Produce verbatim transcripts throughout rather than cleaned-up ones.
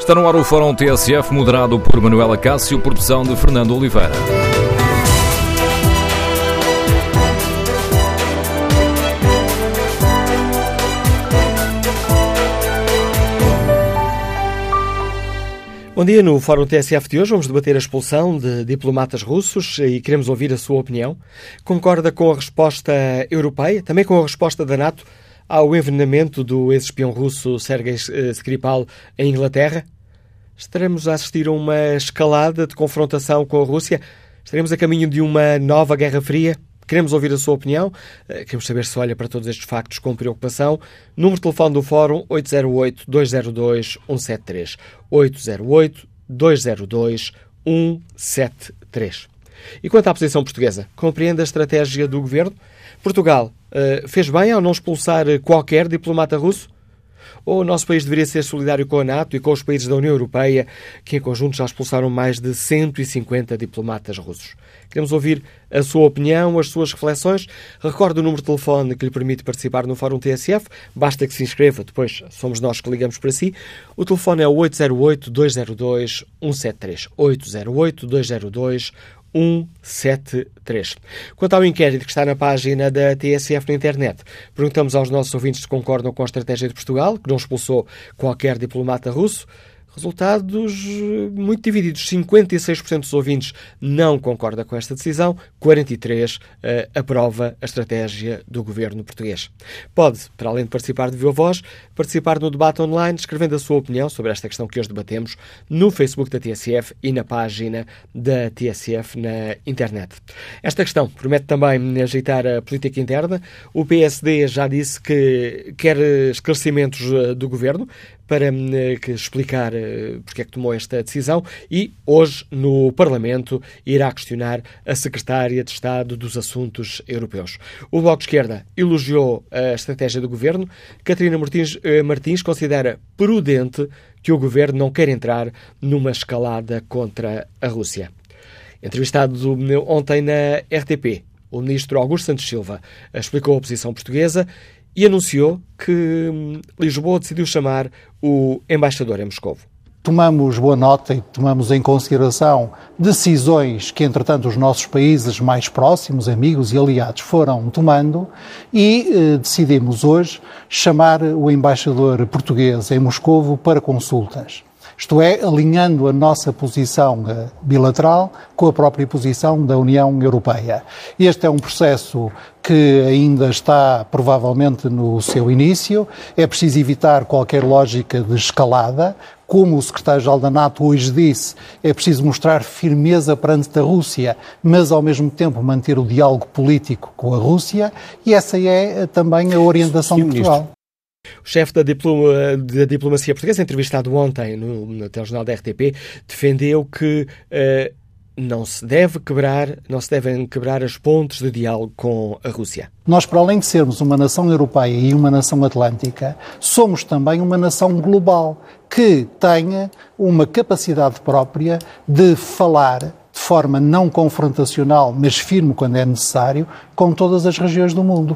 Está no ar o Fórum T S F, moderado por Manuela Cássio, produção de Fernando Oliveira. Bom dia, no Fórum T S F de hoje vamos debater a expulsão de diplomatas russos e queremos ouvir a sua opinião. Concorda com a resposta europeia, também com a resposta da NATO ao envenenamento do ex-espião russo Sergei Skripal em Inglaterra? Estaremos a assistir a uma escalada de confrontação com a Rússia? Estaremos a caminho de uma nova Guerra Fria? Queremos ouvir a sua opinião. Queremos saber se olha para todos estes factos com preocupação. Número de telefone do Fórum oito zero oito, dois zero dois, um sete três. oito zero oito, dois zero dois, um sete três. E quanto à posição portuguesa, compreende a estratégia do Governo? Portugal uh, fez bem ao não expulsar qualquer diplomata russo? Ou o nosso país deveria ser solidário com a NATO e com os países da União Europeia, que em conjunto já expulsaram mais de cento e cinquenta diplomatas russos? Queremos ouvir a sua opinião, as suas reflexões. Recorde o número de telefone que lhe permite participar no Fórum T S F. Basta que se inscreva, depois somos nós que ligamos para si. O telefone é o oito zero oito, dois zero dois, um sete três. oito zero oito, dois zero dois, um sete três. Quanto ao inquérito que está na página da T S F na internet, perguntamos aos nossos ouvintes se concordam com a estratégia de Portugal, que não expulsou qualquer diplomata russo. Resultados muito divididos. cinquenta e seis por cento dos ouvintes não concorda com esta decisão, quarenta e três por cento uh, aprova a estratégia do governo português. Pode, para além de participar de viva voz, participar no debate online, escrevendo a sua opinião sobre esta questão que hoje debatemos no Facebook da T S F e na página da T S F na internet. Esta questão promete também agitar a política interna. O P S D já disse que quer esclarecimentos do governo para que explicar porque é que tomou esta decisão e hoje no Parlamento irá questionar a Secretária de Estado dos Assuntos Europeus. O Bloco de Esquerda elogiou a estratégia do Governo. Catarina Martins, Martins considera prudente que o Governo não quer entrar numa escalada contra a Rússia. Entrevistado ontem na R T P, o ministro Augusto Santos Silva explicou a posição portuguesa e anunciou que Lisboa decidiu chamar o embaixador em Moscovo. Tomamos boa nota e tomamos em consideração decisões que, entretanto, os nossos países mais próximos, amigos e aliados foram tomando e eh, decidimos hoje chamar o embaixador português em Moscovo para consultas. Isto é, alinhando a nossa posição bilateral com a própria posição da União Europeia. Este é um processo que ainda está provavelmente no seu início. É preciso evitar qualquer lógica de escalada. Como o secretário-geral da NATO hoje disse, é preciso mostrar firmeza perante a Rússia, mas ao mesmo tempo manter o diálogo político com a Rússia, e essa é também a orientação de Portugal. O chefe da, diploma, da diplomacia portuguesa, entrevistado ontem no, no telejornal da R T P, defendeu que uh, não se deve quebrar, não se devem quebrar as pontes de diálogo com a Rússia. Nós, para além de sermos uma nação europeia e uma nação atlântica, somos também uma nação global que tenha uma capacidade própria de falar de forma não confrontacional, mas firme quando é necessário, com todas as regiões do mundo.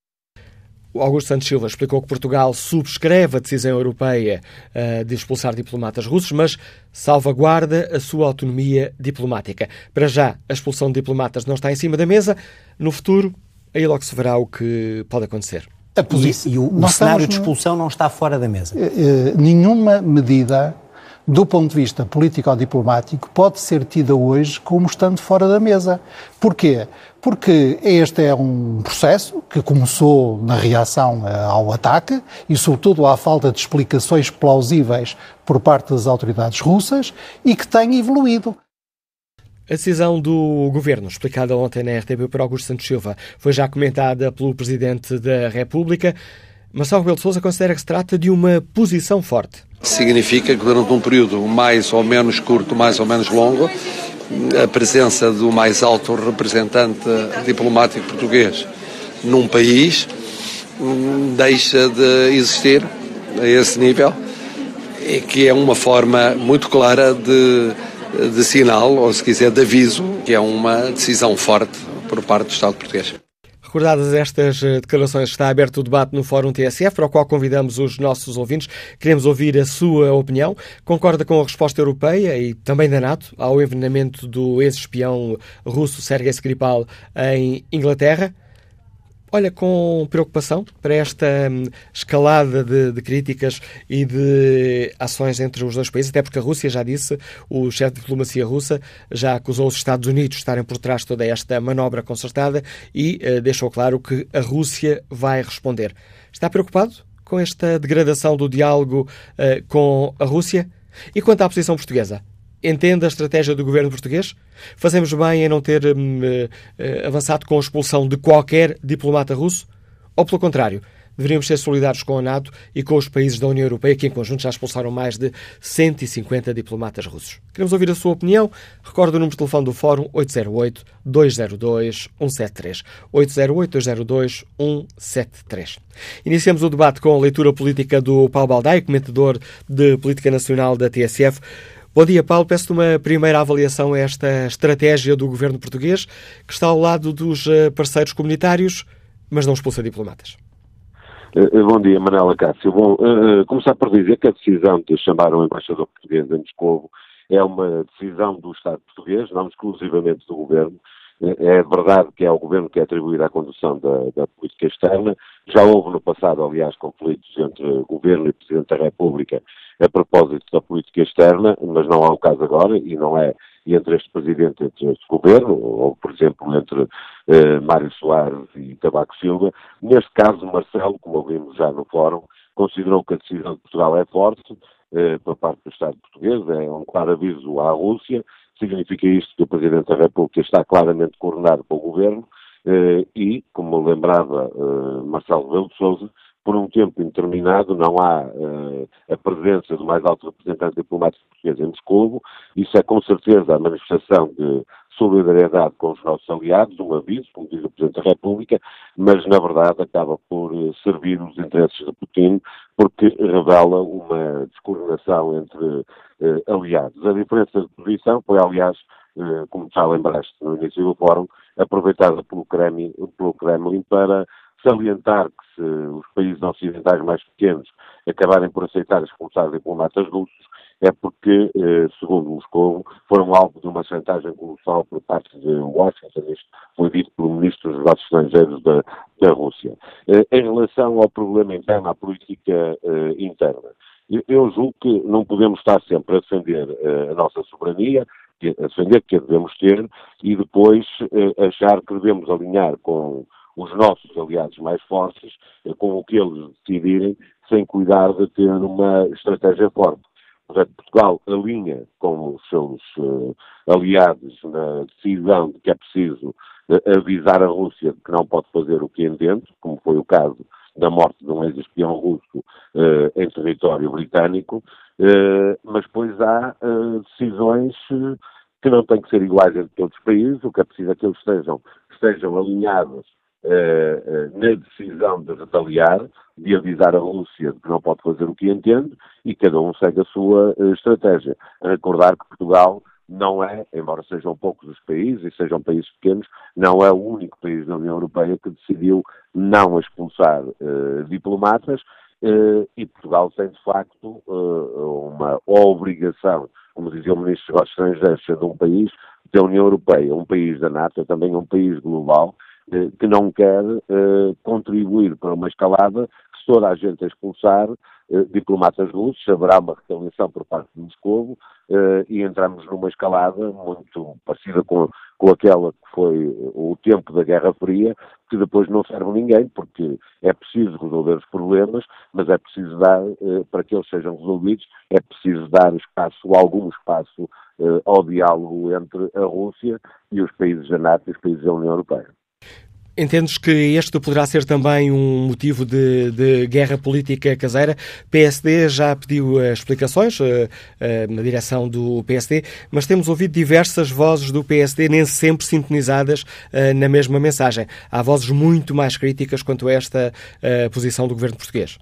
O Augusto Santos Silva explicou que Portugal subscreve a decisão europeia uh, de expulsar diplomatas russos, mas salvaguarda a sua autonomia diplomática. Para já, a expulsão de diplomatas não está em cima da mesa. No futuro, aí logo se verá o que pode acontecer. A posição, e, e o, o cenário de expulsão não está fora da mesa? Uh, nenhuma medida, do ponto de vista político-diplomático, pode ser tida hoje como estando fora da mesa. Porquê? Porque este é um processo que começou na reação ao ataque e, sobretudo, à falta de explicações plausíveis por parte das autoridades russas e que tem evoluído. A decisão do Governo, explicada ontem na R T P por Augusto Santos Silva, foi já comentada pelo Presidente da República. Marcelo Rebelo de Sousa considera que se trata de uma posição forte. Significa que durante um período mais ou menos curto, mais ou menos longo, a presença do mais alto representante diplomático português num país deixa de existir a esse nível, e que é uma forma muito clara de, de sinal, ou se quiser de aviso, que é uma decisão forte por parte do Estado português. recordadas estas declarações, está aberto o debate no Fórum T S F, para o qual convidamos os nossos ouvintes. Queremos ouvir a sua opinião. Concorda com a resposta europeia e também da NATO ao envenenamento do ex-espião russo Sergei Skripal em Inglaterra? Olha com preocupação para esta hum, escalada de, de críticas e de ações entre os dois países, até porque a Rússia, já disse, o chefe de diplomacia russa já acusou os Estados Unidos de estarem por trás de toda esta manobra concertada e uh, deixou claro que a Rússia vai responder. Está preocupado com esta degradação do diálogo uh, com a Rússia? E quanto à posição portuguesa? Entende a estratégia do governo português? Fazemos bem em não ter hum, uh, avançado com a expulsão de qualquer diplomata russo? Ou, pelo contrário, deveríamos ser solidários com a NATO e com os países da União Europeia, que em conjunto já expulsaram mais de cento e cinquenta diplomatas russos? Queremos ouvir a sua opinião. Recordo o número de telefone do Fórum oito zero oito, dois zero dois, um sete três. oito zero oito, dois zero dois, um sete três. Iniciamos o debate com a leitura política do Paulo Baldaia, comentador de Política Nacional da T S F. Bom dia, Paulo. Peço-te uma primeira avaliação a esta estratégia do governo português, que está ao lado dos parceiros comunitários, mas não expulsa diplomatas. Bom dia, Manela Cássio. Bom, uh, começar por dizer que a decisão de chamar o embaixador português em Moscovo é uma decisão do Estado português, não exclusivamente do governo. É verdade que é o governo que é atribuído à condução da, da política externa. Já houve no passado, aliás, conflitos entre governo e Presidente da República a propósito da política externa, mas não há o caso agora, e não é entre este Presidente e entre este Governo, ou, por exemplo, entre eh, Mário Soares e Cavaco Silva. Neste caso, Marcelo, como ouvimos já no Fórum, considerou que a decisão de Portugal é forte, eh, por parte do Estado português, é um claro aviso à Rússia. Significa isto que o Presidente da República está claramente coordenado pelo Governo eh, e, como lembrava eh, Marcelo Rebelo de Sousa, por um tempo indeterminado não há uh, a presença do mais alto representante diplomático português em Moscovo. Isso é com certeza a manifestação de solidariedade com os nossos aliados, um aviso, como diz o Presidente da República, mas na verdade acaba por uh, servir os interesses de Putin, porque revela uma descoordenação entre uh, aliados. A diferença de posição foi, aliás, uh, como já lembraste no início do fórum, aproveitada pelo Kremlin, pelo Kremlin para salientar que se os países ocidentais mais pequenos acabarem por aceitar expulsar diplomatas russos, é porque, eh, segundo Moscou, foram alvo de uma chantagem colossal por parte de Washington. Isto foi dito pelo Ministro dos Negócios Estrangeiros da, da Rússia. Eh, em relação ao problema interno, à política eh, interna, eu, eu julgo que não podemos estar sempre a defender eh, a nossa soberania, a defender que a devemos ter, e depois eh, achar que devemos alinhar com os nossos aliados mais fortes, com o que eles decidirem, sem cuidar de ter uma estratégia forte. Portanto, Portugal alinha com os seus uh, aliados na decisão de que é preciso uh, avisar a Rússia de que não pode fazer o que entende, como foi o caso da morte de um ex-espião russo uh, em território britânico, uh, mas depois há uh, decisões uh, que não têm que ser iguais entre todos os países. O que é preciso é que eles estejam, estejam alinhados Uh, uh, na decisão de retaliar, de avisar a Rússia de que não pode fazer o que entende, e cada um segue a sua uh, estratégia. A recordar que Portugal não é, embora sejam poucos os países e sejam países pequenos, não é o único país da União Europeia que decidiu não expulsar uh, diplomatas, uh, e Portugal tem de facto uh, uma obrigação, como dizia o Ministro dos Negócios Estrangeiros, de um país da União Europeia, um país da NATO, também um país global, que não quer uh, contribuir para uma escalada, que se toda a gente a expulsar uh, diplomatas russos, haverá uma retaliação por parte de Moscovo uh, e entramos numa escalada muito parecida com, com aquela que foi o tempo da Guerra Fria, que depois não serve a ninguém, porque é preciso resolver os problemas, mas é preciso dar, uh, para que eles sejam resolvidos, é preciso dar espaço, algum espaço uh, ao diálogo entre a Rússia e os países da NATO e os países da União Europeia. Entendes que este poderá ser também um motivo de, de guerra política caseira? P S D já pediu uh, explicações uh, uh, na direção do P S D, mas temos ouvido diversas vozes do P S D nem sempre sintonizadas uh, na mesma mensagem. Há vozes muito mais críticas quanto a esta uh, posição do governo português.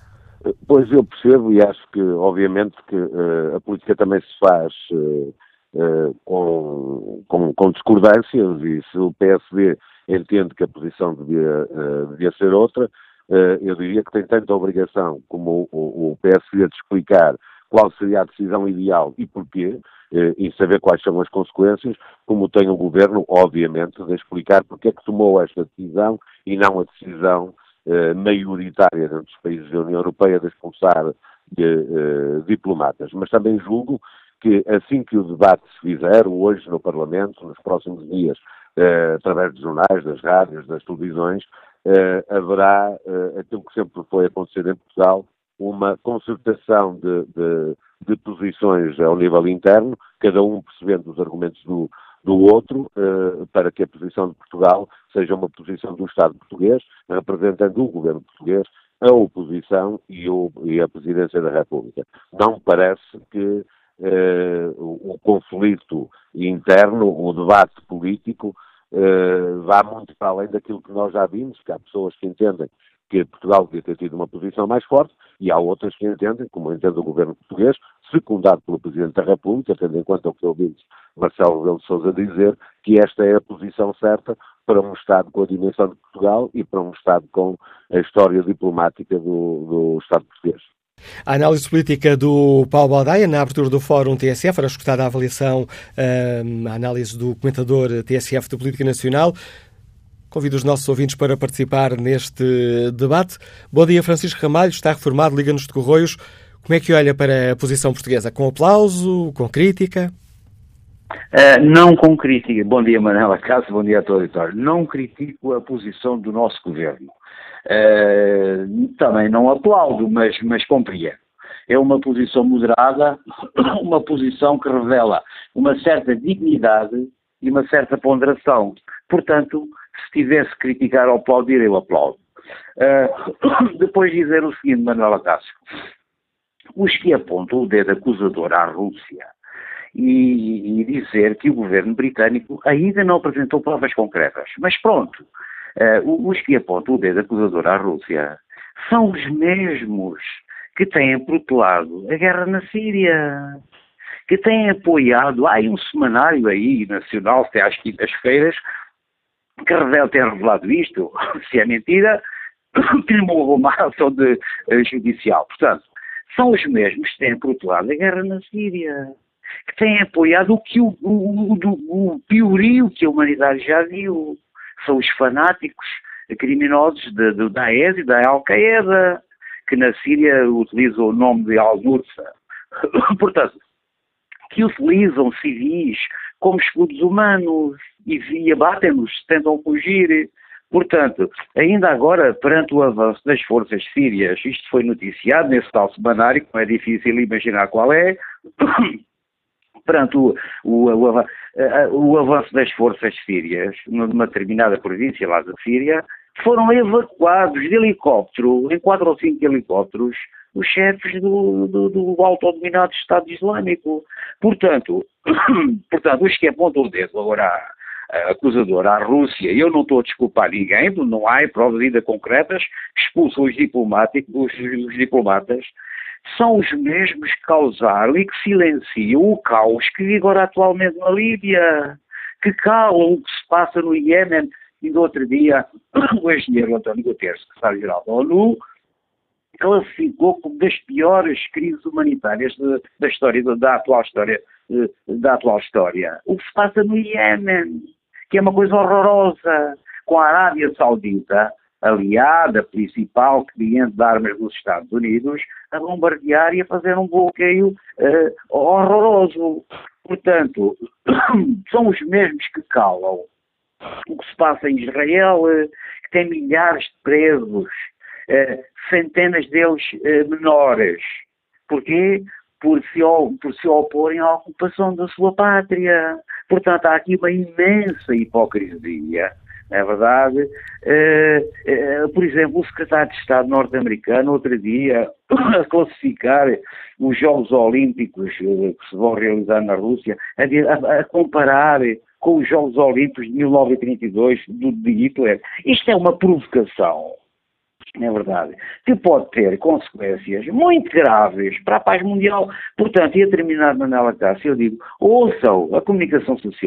Pois eu percebo e acho que, obviamente, que uh, a política também se faz uh, uh, com, com, com discordâncias, e se o P S D entende que a posição devia, uh, devia ser outra. Uh, eu diria que tem tanta obrigação como o, o P S D de explicar qual seria a decisão ideal e porquê, uh, e saber quais são as consequências, como tem o Governo, obviamente, de explicar porque é que tomou esta decisão e não a decisão uh, maioritária dentro dos países da União Europeia de expulsar de, uh, diplomatas. Mas também julgo que assim que o debate se fizer, hoje no Parlamento, nos próximos dias, uh, através dos jornais, das rádios, das televisões, Uh, haverá uh, aquilo que sempre foi acontecer em Portugal, uma concertação de, de, de posições ao nível interno, cada um percebendo os argumentos do, do outro, uh, para que a posição de Portugal seja uma posição do Estado português, representando o governo português, a oposição e, o, e a Presidência da República. Não me parece que uh, o, o conflito interno, o debate político, Uh, vá muito para além daquilo que nós já vimos, que há pessoas que entendem que Portugal devia ter tido uma posição mais forte e há outras que entendem, como entende o governo português, secundado pelo Presidente da República, tendo em conta o que ouvimos Marcelo Rebelo de Sousa dizer, que esta é a posição certa para um Estado com a dimensão de Portugal e para um Estado com a história diplomática do, do Estado português. A análise política do Paulo Baldaia, na abertura do Fórum T S F, era escutada a avaliação, a análise do comentador T S F de Política Nacional. Convido os nossos ouvintes para participar neste debate. Bom dia, Francisco Ramalho, está reformado, Liga-nos de Correios. Como é que olha para a posição portuguesa? Com aplauso? Com crítica? Uh, não com crítica. Bom dia, Manela Cássio, bom dia a todo o auditório. Não critico a posição do nosso governo. Uh, também não aplaudo, mas, mas compreendo. É uma posição moderada, uma posição que revela uma certa dignidade e uma certa ponderação. Portanto, se tivesse que criticar ou aplaudir, eu aplaudo. Uh, depois dizer o seguinte, Manela Cássio. Os que apontam o dedo acusador à Rússia e, e dizer que o governo britânico ainda não apresentou provas concretas. Mas pronto. Uh, os que apontam o dedo acusador à Rússia são os mesmos que têm protelado a guerra na Síria, que têm apoiado, há um semanário aí nacional, até às quintas-feiras, que revela, tem revelado isto, se é mentira, que lhe morreu uma ação de, uh, judicial. Portanto, são os mesmos que têm protelado a guerra na Síria, que têm apoiado o, que o, o, o, o piorio que a humanidade já viu. São os fanáticos criminosos de, de, da Daesh e da Al-Qaeda, que na Síria utilizam o nome de Al-Nusra. Portanto, que utilizam civis como escudos humanos e, e abatem-nos, tentam fugir. Portanto, ainda agora, perante o avanço das forças sírias, isto foi noticiado nesse tal semanário, que não é difícil imaginar qual é, perante o, o, o, o avanço das forças sírias numa determinada província lá da Síria, foram evacuados de helicóptero, em quatro ou cinco helicópteros, os chefes do, do, do autodominado Estado Islâmico. Portanto, portanto, os que apontam o dedo agora acusador à Rússia, e eu não estou a desculpar ninguém, não há provas ainda concretas, expulsam os diplomáticos, os, os diplomatas, são os mesmos que causaram e que silenciam o caos que vigora atualmente na Líbia, que calam o que se passa no Iémen. E no outro dia, o engenheiro António Guterres, secretário-geral da ONU, classificou como das piores crises humanitárias de, da história, da atual história, da atual história. O que se passa no Iémen, que é uma coisa horrorosa, com a Arábia Saudita, aliada, principal cliente de armas dos Estados Unidos, a bombardear e a fazer um bloqueio uh, horroroso. Portanto, são os mesmos que calam o que se passa em Israel, uh, que tem milhares de presos, uh, centenas deles uh, menores. Porquê? Por se, por se oporem à ocupação da sua pátria. Portanto, há aqui uma imensa hipocrisia. É verdade. Uh, uh, por exemplo, o secretário de Estado norte-americano, outro dia, a classificar os Jogos Olímpicos uh, que se vão realizar na Rússia, a, a, a comparar com os Jogos Olímpicos de mil novecentos e trinta e dois do, de Hitler. Isto é uma provocação, é verdade, que pode ter consequências muito graves para a paz mundial. Portanto, e a terminar, Manela Cássio, eu digo, ouçam a comunicação social,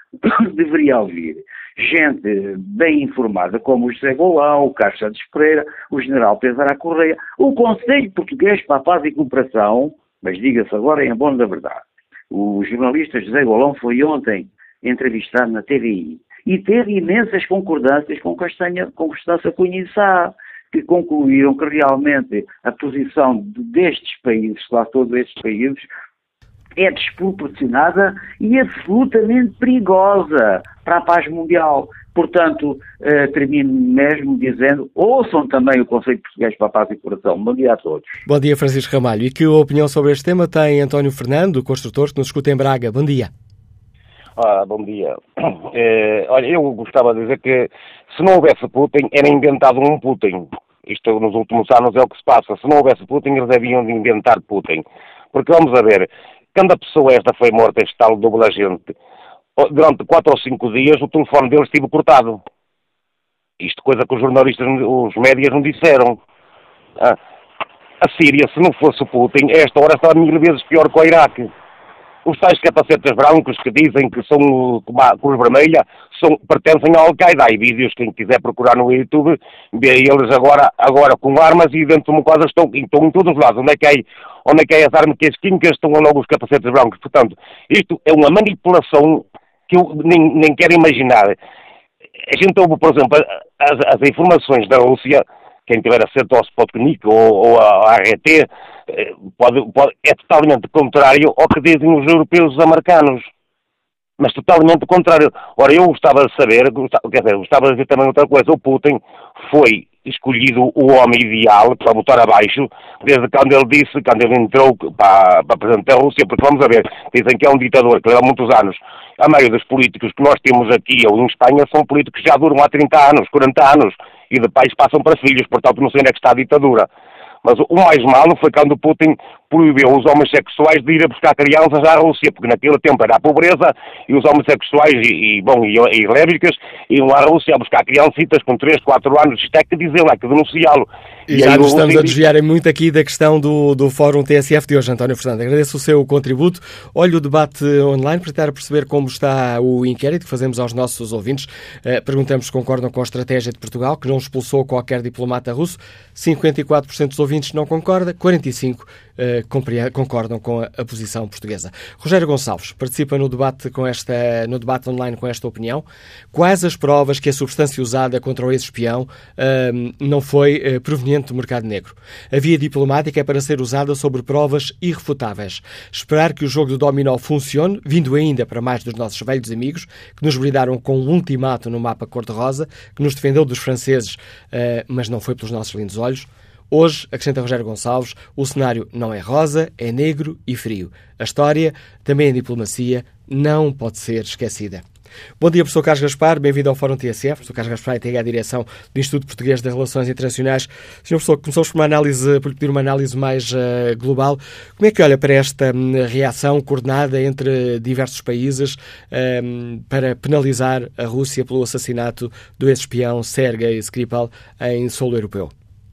deveria ouvir gente bem informada, como o José Golão, o Carlos Santos Pereira, o general Pedro Ara Correia, o Conselho Português para a Paz e Cooperação, mas diga-se agora em bom da verdade. O jornalista José Golão foi ontem entrevistado na T V I e teve imensas concordâncias com Castanha, com Constância Cunha e Sá, que concluíram que realmente a posição destes países, quase todos estes países, é desproporcionada e absolutamente perigosa para a paz mundial. Portanto, eh, termino mesmo dizendo, ouçam também o Conselho Português para a Paz e Cooperação. Bom dia a todos. Bom dia, Francisco Ramalho. E que opinião sobre este tema tem António Fernando, construtor, que nos escuta em Braga. Bom dia. Ah, bom dia. Eh, olha, eu gostava de dizer que se não houvesse Putin, era inventado um Putin. Isto nos últimos anos é o que se passa. Se não houvesse Putin, eles deviam de inventar Putin. Porque vamos a ver, quando a pessoa esta foi morta, este tal dupla gente, durante quatro ou cinco dias o telefone deles esteve cortado. Isto coisa que os jornalistas, os médias não disseram. Ah, a Síria, se não fosse o Putin, a esta hora estava mil vezes pior que o Iraque. Os tais capacetes brancos que dizem que são como a Cruz Vermelha são, pertencem ao Al-Qaeda. Há vídeos, quem quiser procurar no YouTube, vê eles agora, agora com armas e dentro de uma quadra estão, estão em todos os lados. Onde é que há, onde é que há as armas que as quincas estão logo os capacetes brancos. Portanto, isto é uma manipulação que eu nem, nem quero imaginar. A gente ouve, por exemplo, as, as informações da Rússia, quem tiver acesso ao Sputnik ou, ou à R T, pode, pode, é totalmente contrário ao que dizem os europeus e os americanos. Mas totalmente contrário. Ora, eu gostava de saber, gostava, quer dizer, gostava de ver também outra coisa. O Putin foi escolhido o homem ideal para botar abaixo, desde quando ele disse, quando ele entrou para, para presidente da Rússia, porque vamos a ver, dizem que é um ditador, que leva muitos anos. A maioria dos políticos que nós temos aqui ou em Espanha são políticos que já duram há trinta anos, quarenta anos, e de pais passam para filhos, portanto não sei onde é que está a ditadura. Mas o mais malo foi quando Putin proibiu os homossexuais de ir a buscar crianças à Rússia, porque naquele tempo era a pobreza, e os homossexuais e, e, bom, e, e lésbicas iam à Rússia a buscar criancitas com três, quatro anos. Isto é que dizê-lo, é que denunciá-lo. E, e já nos estamos a desviarem muito aqui da questão do, do Fórum T S F de hoje, António Fernando. Agradeço o seu contributo. Olho o debate online para tentar perceber como está o inquérito que fazemos aos nossos ouvintes. Uh, perguntamos se concordam com a estratégia de Portugal, que não expulsou qualquer diplomata russo. cinquenta e quatro por cento dos ouvintes não concorda, quarenta e cinco por cento uh, concordam com a, a posição portuguesa. Rogério Gonçalves participa no debate, com esta, no debate online com esta opinião. Quais as provas que a substância usada contra o ex-espião uh, não foi uh, proveniente do mercado negro? A via diplomática é para ser usada sobre provas irrefutáveis. Esperar que o jogo do dominó funcione, vindo ainda para mais dos nossos velhos amigos, que nos brindaram com um ultimato no mapa cor-de-rosa, que nos defendeu dos franceses, uh, mas não foi pelos nossos lindos olhos. Hoje, acrescenta Rogério Gonçalves, o cenário não é rosa, é negro e frio. A história, também a diplomacia, não pode ser esquecida. Bom dia, professor Carlos Gaspar, bem-vindo ao Fórum T S F. Professor Carlos Gaspar integra a direção do Instituto Português de Relações Internacionais. senhor Professor, começamos por uma análise, por pedir uma análise mais uh, global. Como é que olha para esta um, reação coordenada entre diversos países um, para penalizar a Rússia pelo assassinato do ex-espião Sergei Skripal em solo europeu?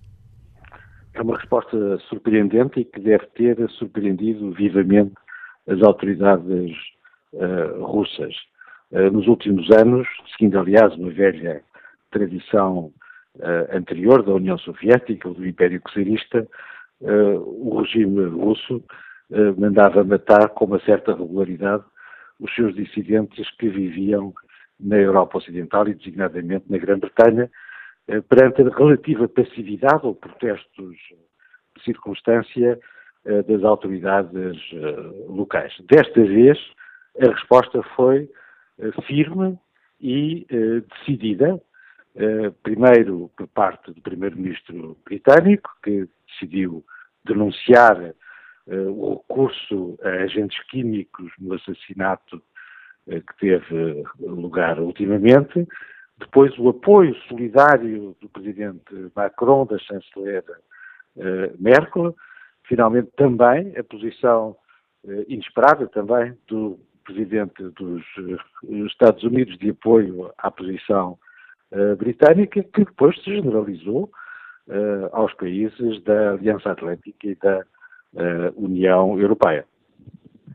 É uma resposta surpreendente e que deve ter surpreendido vivamente as autoridades uh, russas. Uh, nos últimos anos, seguindo aliás uma velha tradição uh, anterior da União Soviética ou do Império Czarista, uh, o regime russo uh, mandava matar com uma certa regularidade os seus dissidentes que viviam na Europa Ocidental e designadamente na Grã-Bretanha, perante a relativa passividade ou protestos de circunstância das autoridades locais. Desta vez, a resposta foi firme e decidida, primeiro por parte do primeiro-ministro britânico, que decidiu denunciar o recurso a agentes químicos no assassinato que teve lugar ultimamente. Depois o apoio solidário do presidente Macron, da chanceler uh, Merkel, finalmente também a posição uh, inesperada também do presidente dos uh, Estados Unidos de apoio à posição uh, britânica, que depois se generalizou uh, aos países da Aliança Atlântica e da uh, União Europeia.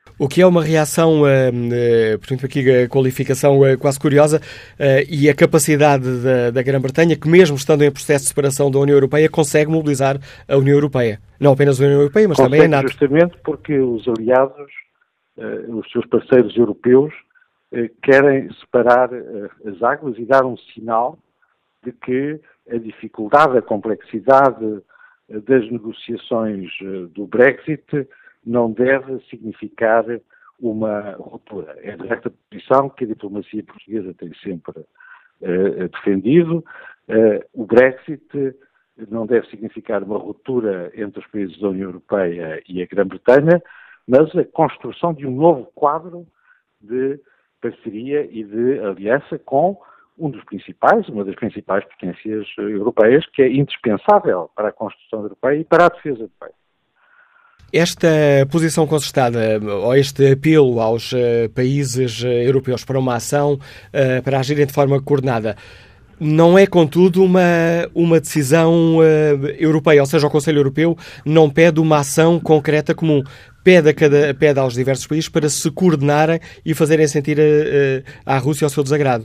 O que é uma reação, uh, uh, portanto, aqui a qualificação uh, quase curiosa, uh, e a capacidade da, da Grã-Bretanha, que mesmo estando em processo de separação da União Europeia, consegue mobilizar a União Europeia. Não apenas a União Europeia, mas consegue também a NATO. Justamente porque os aliados, uh, os seus parceiros europeus, uh, querem separar uh, as águas e dar um sinal de que a dificuldade, a complexidade uh, das negociações uh, do Brexit não deve significar uma ruptura. É desta posição que a diplomacia portuguesa tem sempre uh, defendido. Uh, o Brexit não deve significar uma ruptura entre os países da União Europeia e a Grã-Bretanha, mas a construção de um novo quadro de parceria e de aliança com um dos principais, uma das principais potências europeias, que é indispensável para a construção europeia e para a defesa europeia. Esta posição concertada, ou este apelo aos uh, países uh, europeus para uma ação, uh, para agirem de forma coordenada, não é, contudo, uma, uma decisão uh, europeia, ou seja, o Conselho Europeu não pede uma ação concreta comum, pede, a cada, pede aos diversos países para se coordenarem e fazerem sentir uh, à Rússia o seu desagrado.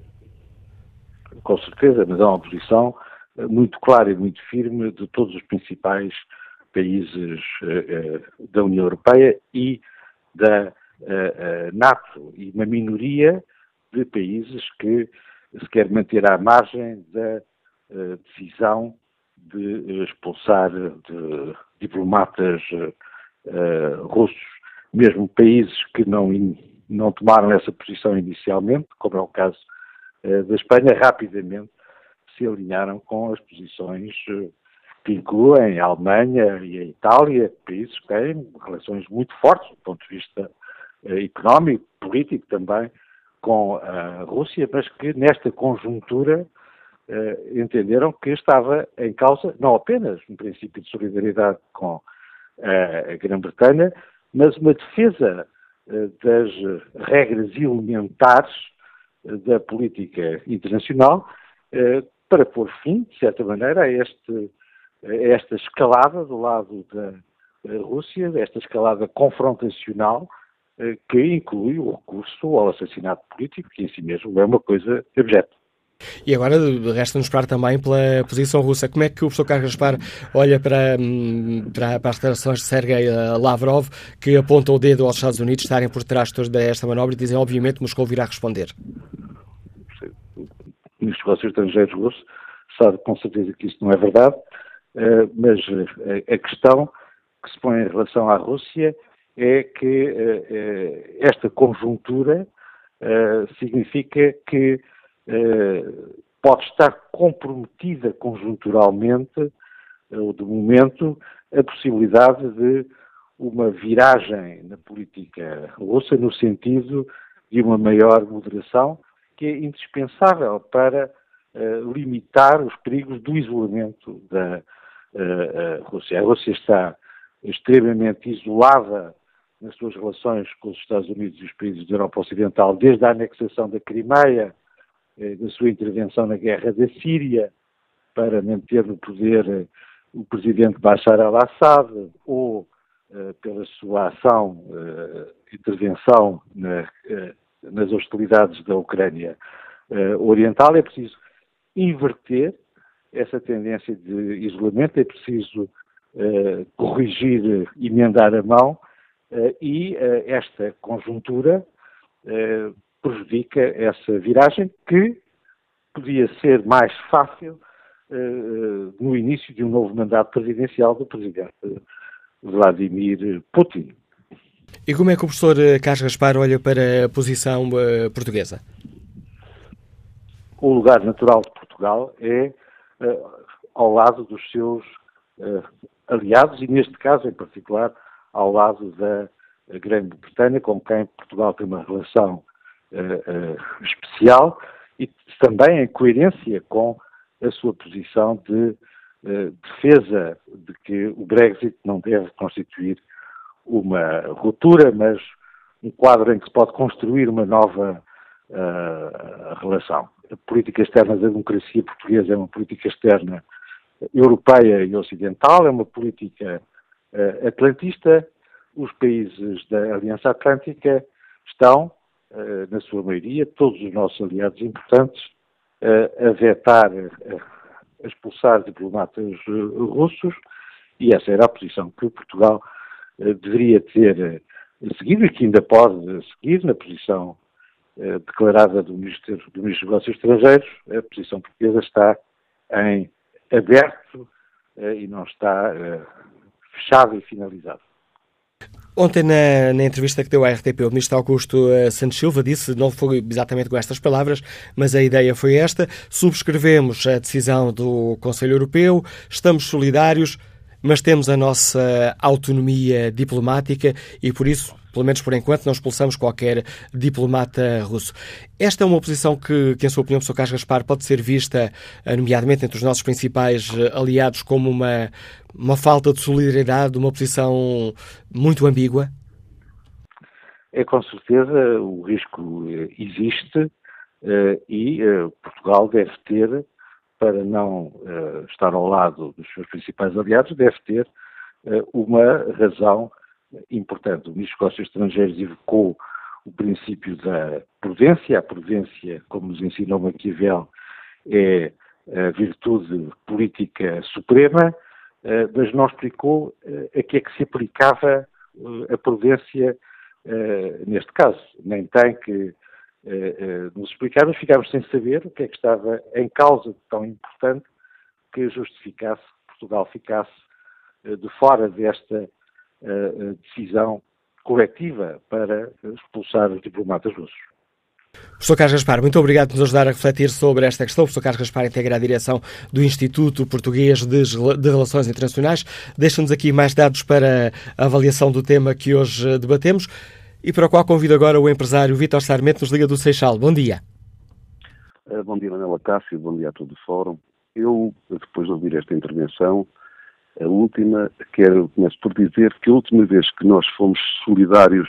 Com certeza, mas é uma posição muito clara e muito firme de todos os principais países uh, da União Europeia e da uh, uh, NATO, e uma minoria de países que se quer manter à margem da uh, decisão de uh, expulsar de diplomatas uh, russos, mesmo países que não, in, não tomaram essa posição inicialmente, como é o caso uh, da Espanha, rapidamente se alinharam com as posições uh, que incluem a Alemanha e a Itália, países que têm relações muito fortes do ponto de vista uh, económico, político também, com a Rússia, mas que nesta conjuntura uh, entenderam que estava em causa não apenas um princípio de solidariedade com uh, a Grã-Bretanha, mas uma defesa uh, das regras elementares uh, da política internacional uh, para pôr fim, de certa maneira, a este esta escalada do lado da Rússia, esta escalada confrontacional, que inclui o recurso ao assassinato político, que em si mesmo é uma coisa abjeta. E agora resta-nos esperar também pela posição russa. Como é que o professor Carlos Gaspar olha para, para, para as declarações de Sergei Lavrov, que aponta o dedo aos Estados Unidos estarem por trás desta manobra e dizem, obviamente, Moscou virá responder? O ministro dos Negócios Estrangeiros russo sabe com certeza que isso não é verdade. Uh, mas uh, a questão que se põe em relação à Rússia é que uh, uh, esta conjuntura uh, significa que uh, pode estar comprometida conjunturalmente, uh, de momento, a possibilidade de uma viragem na política russa no sentido de uma maior moderação, que é indispensável para uh, limitar os perigos do isolamento da Uh, a Rússia. A Rússia está extremamente isolada nas suas relações com os Estados Unidos e os países da Europa Ocidental, desde a anexação da Crimeia, uh, da sua intervenção na guerra da Síria, para manter no poder uh, o presidente Bashar al-Assad, ou uh, pela sua ação, uh, intervenção na, uh, nas hostilidades da Ucrânia uh, Oriental. É preciso inverter essa tendência de isolamento, é preciso uh, corrigir, emendar a mão, uh, e uh, esta conjuntura uh, prejudica essa viragem que podia ser mais fácil uh, no início de um novo mandato presidencial do presidente Vladimir Putin. E como é que o professor Carlos Gaspar olha para a posição uh, portuguesa? O lugar natural de Portugal é Uh, ao lado dos seus uh, aliados e, neste caso, em particular, ao lado da Grã-Bretanha, com quem Portugal tem uma relação uh, uh, especial, e também em coerência com a sua posição de uh, defesa de que o Brexit não deve constituir uma ruptura, mas um quadro em que se pode construir uma nova uh, relação. A política externa da democracia portuguesa é uma política externa europeia e ocidental, é uma política uh, atlantista, os países da Aliança Atlântica estão, uh, na sua maioria, todos os nossos aliados importantes, uh, a vetar, uh, a expulsar diplomatas uh, russos, e essa era a posição que Portugal uh, deveria ter uh, seguido e que ainda pode seguir na posição uh, declarada do Ministro, do Ministro dos Negócios Estrangeiros. A posição portuguesa está em aberto uh, e não está uh, fechado e finalizado. Ontem, na, na entrevista que deu à R T P, o ministro Augusto uh, Santos Silva disse, não foi exatamente com estas palavras, mas a ideia foi esta: subscrevemos a decisão do Conselho Europeu, estamos solidários, mas temos a nossa autonomia diplomática e, por isso, pelo menos por enquanto, não expulsamos qualquer diplomata russo. Esta é uma posição que, que em sua opinião, professor Carlos Gaspar, pode ser vista, nomeadamente entre os nossos principais aliados, como uma, uma falta de solidariedade, uma posição muito ambígua? É, com certeza, o risco existe e Portugal deve ter, para não estar ao lado dos seus principais aliados, deve ter uma razão importante. O Ministro dos Negócios Estrangeiros evocou o princípio da prudência. A prudência, como nos ensinou Maquiavel, é a virtude política suprema, mas não explicou a que é que se aplicava a prudência neste caso. Nem tem que nos explicar, mas ficámos sem saber o que é que estava em causa de tão importante que justificasse que Portugal ficasse de fora desta decisão coletiva para expulsar os diplomatas russos. Professor Carlos Gaspar, muito obrigado por nos ajudar a refletir sobre esta questão. O professor Carlos Gaspar integra a direção do Instituto Português de, de Relações Internacionais. Deixa-nos aqui mais dados para a avaliação do tema que hoje debatemos e para o qual convido agora o empresário Vítor Sarmento, nos liga do Seixal. Bom dia. Uh, bom dia, Manela Cássio. Bom dia a todo o Fórum. Eu, depois de ouvir esta intervenção, a última, quero, começo por dizer que a última vez que nós fomos solidários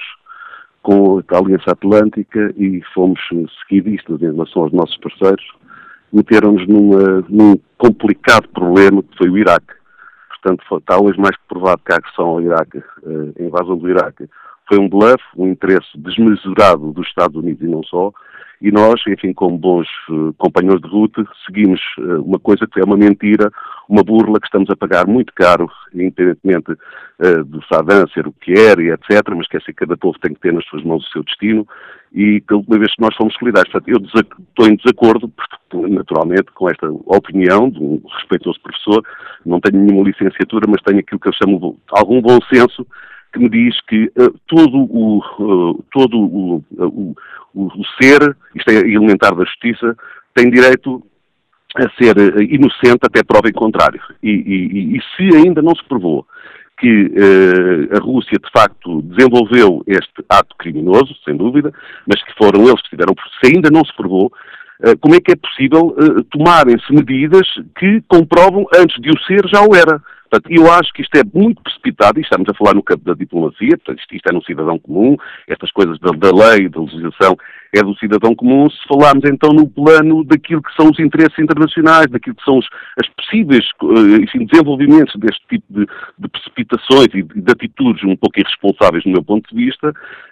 com a Aliança Atlântica e fomos seguidistas em relação aos nossos parceiros, meteram-nos numa, num complicado problema que foi o Iraque. Portanto, foi, está hoje mais que provado que a agressão ao Iraque, a invasão do Iraque, foi um bluff, um interesse desmesurado dos Estados Unidos e não só, e nós, enfim, como bons uh, companheiros de ruta, seguimos uh, uma coisa que é uma mentira, uma burla que estamos a pagar muito caro, independentemente uh, do Saddam ser o que era e etcétera, mas quer dizer que cada povo tem que ter nas suas mãos o seu destino, e que a última vez que nós fomos solidários. Portanto, eu estou em desacordo, naturalmente, com esta opinião de um respeitoso professor, não tenho nenhuma licenciatura, mas tenho aquilo que eu chamo de algum bom senso, que me diz que uh, todo, o, uh, todo o, uh, o, o ser, isto é elementar da justiça, tem direito a ser uh, inocente até prova em contrário. E, e, e se ainda não se provou que uh, a Rússia, de facto, desenvolveu este ato criminoso, sem dúvida, mas que foram eles que fizeram, se ainda não se provou, uh, como é que é possível uh, tomarem-se medidas que comprovam antes de o ser já o era? Portanto, eu acho que isto é muito precipitado, e estamos a falar no campo da diplomacia, portanto, isto, isto é no cidadão comum, estas coisas da, da lei, da legislação, é do cidadão comum. Se falarmos então no plano daquilo que são os interesses internacionais, daquilo que são os as possíveis enfim, desenvolvimentos deste tipo de, de precipitações e de, de atitudes um pouco irresponsáveis no meu ponto de vista,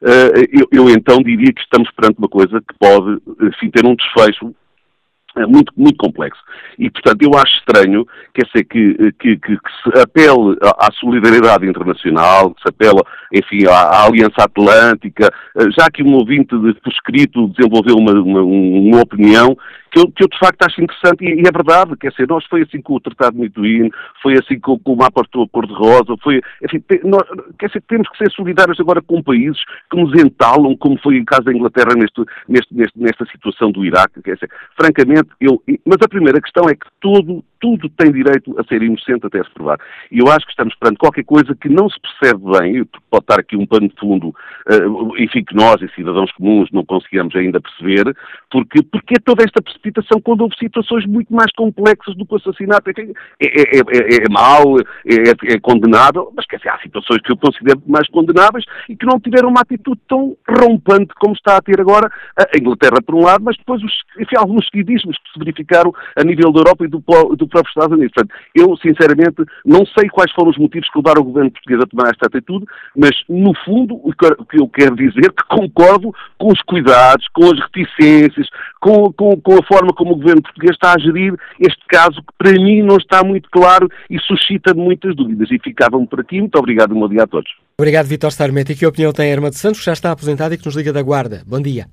eu, eu então diria que estamos perante uma coisa que pode, enfim, ter um desfecho muito, muito complexo. E, portanto, eu acho estranho, quer dizer, que, que, que, que se apele à solidariedade internacional, que se apele, enfim, à, à Aliança Atlântica, já que um ouvinte de, por escrito desenvolveu uma, uma, uma opinião que eu, que eu, de facto, acho interessante, e, e é verdade, quer dizer, nós foi assim com o Tratado de Mituíne, foi assim com, com o mapa cor-de-rosa, foi, enfim, te, nós, quer dizer, temos que ser solidários agora com países que nos entalam, como foi o caso da Inglaterra neste, neste, neste, nesta situação do Iraque, quer dizer, francamente, eu, mas a primeira questão é que todo, tudo tem direito a ser inocente até se provar. E eu acho que estamos perante qualquer coisa que não se percebe bem, pode estar aqui um pano de fundo, uh, enfim, que nós e cidadãos comuns não conseguimos ainda perceber, porque, porque é toda esta precipitação quando houve situações muito mais complexas do que o assassinato. É, é, é, é, é mau, é, é condenável, mas quer dizer, há situações que eu considero mais condenáveis e que não tiveram uma atitude tão rompante como está a ter agora a Inglaterra, por um lado, mas depois os, enfim, alguns seguidismos que se verificaram a nível da Europa e do, do próprio Estados Unidos. Portanto, eu, sinceramente, não sei quais foram os motivos que levaram o governo português a tomar esta atitude, mas, no fundo, o que eu quero dizer é que concordo com os cuidados, com as reticências, com, com, com a forma como o governo português está a gerir este caso, que para mim não está muito claro e suscita muitas dúvidas. E ficava-me por aqui. Muito obrigado e um bom dia a todos. Obrigado, Vítor Sarmento. E que opinião tem a Armando Santos, que já está aposentado e que nos liga da Guarda? Bom dia.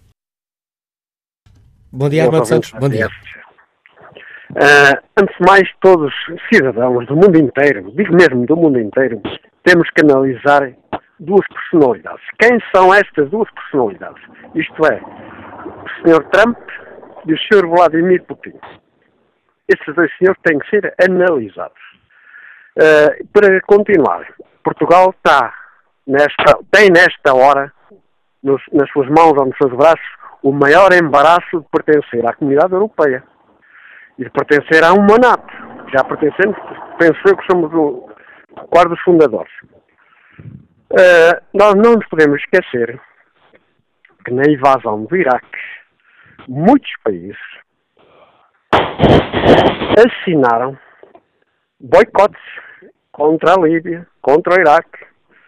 Bom dia, Armando Santos. Bom dia. Uh, antes de mais, todos cidadãos do mundo inteiro, digo mesmo do mundo inteiro, temos que analisar duas personalidades. Quem são estas duas personalidades? Isto é, o senhor Trump e o senhor Vladimir Putin. Estes dois senhores têm que ser analisados. Uh, para continuar, Portugal está nesta, tem nesta hora, nos, nas suas mãos ou nos seus braços, o maior embaraço de pertencer à Comunidade Europeia e de pertencer à uma NATO. Já pertencemos, penso eu que somos o quarto dos fundadores. Uh, nós não nos podemos esquecer que na invasão do Iraque, muitos países assinaram boicotes contra a Líbia, contra o Iraque,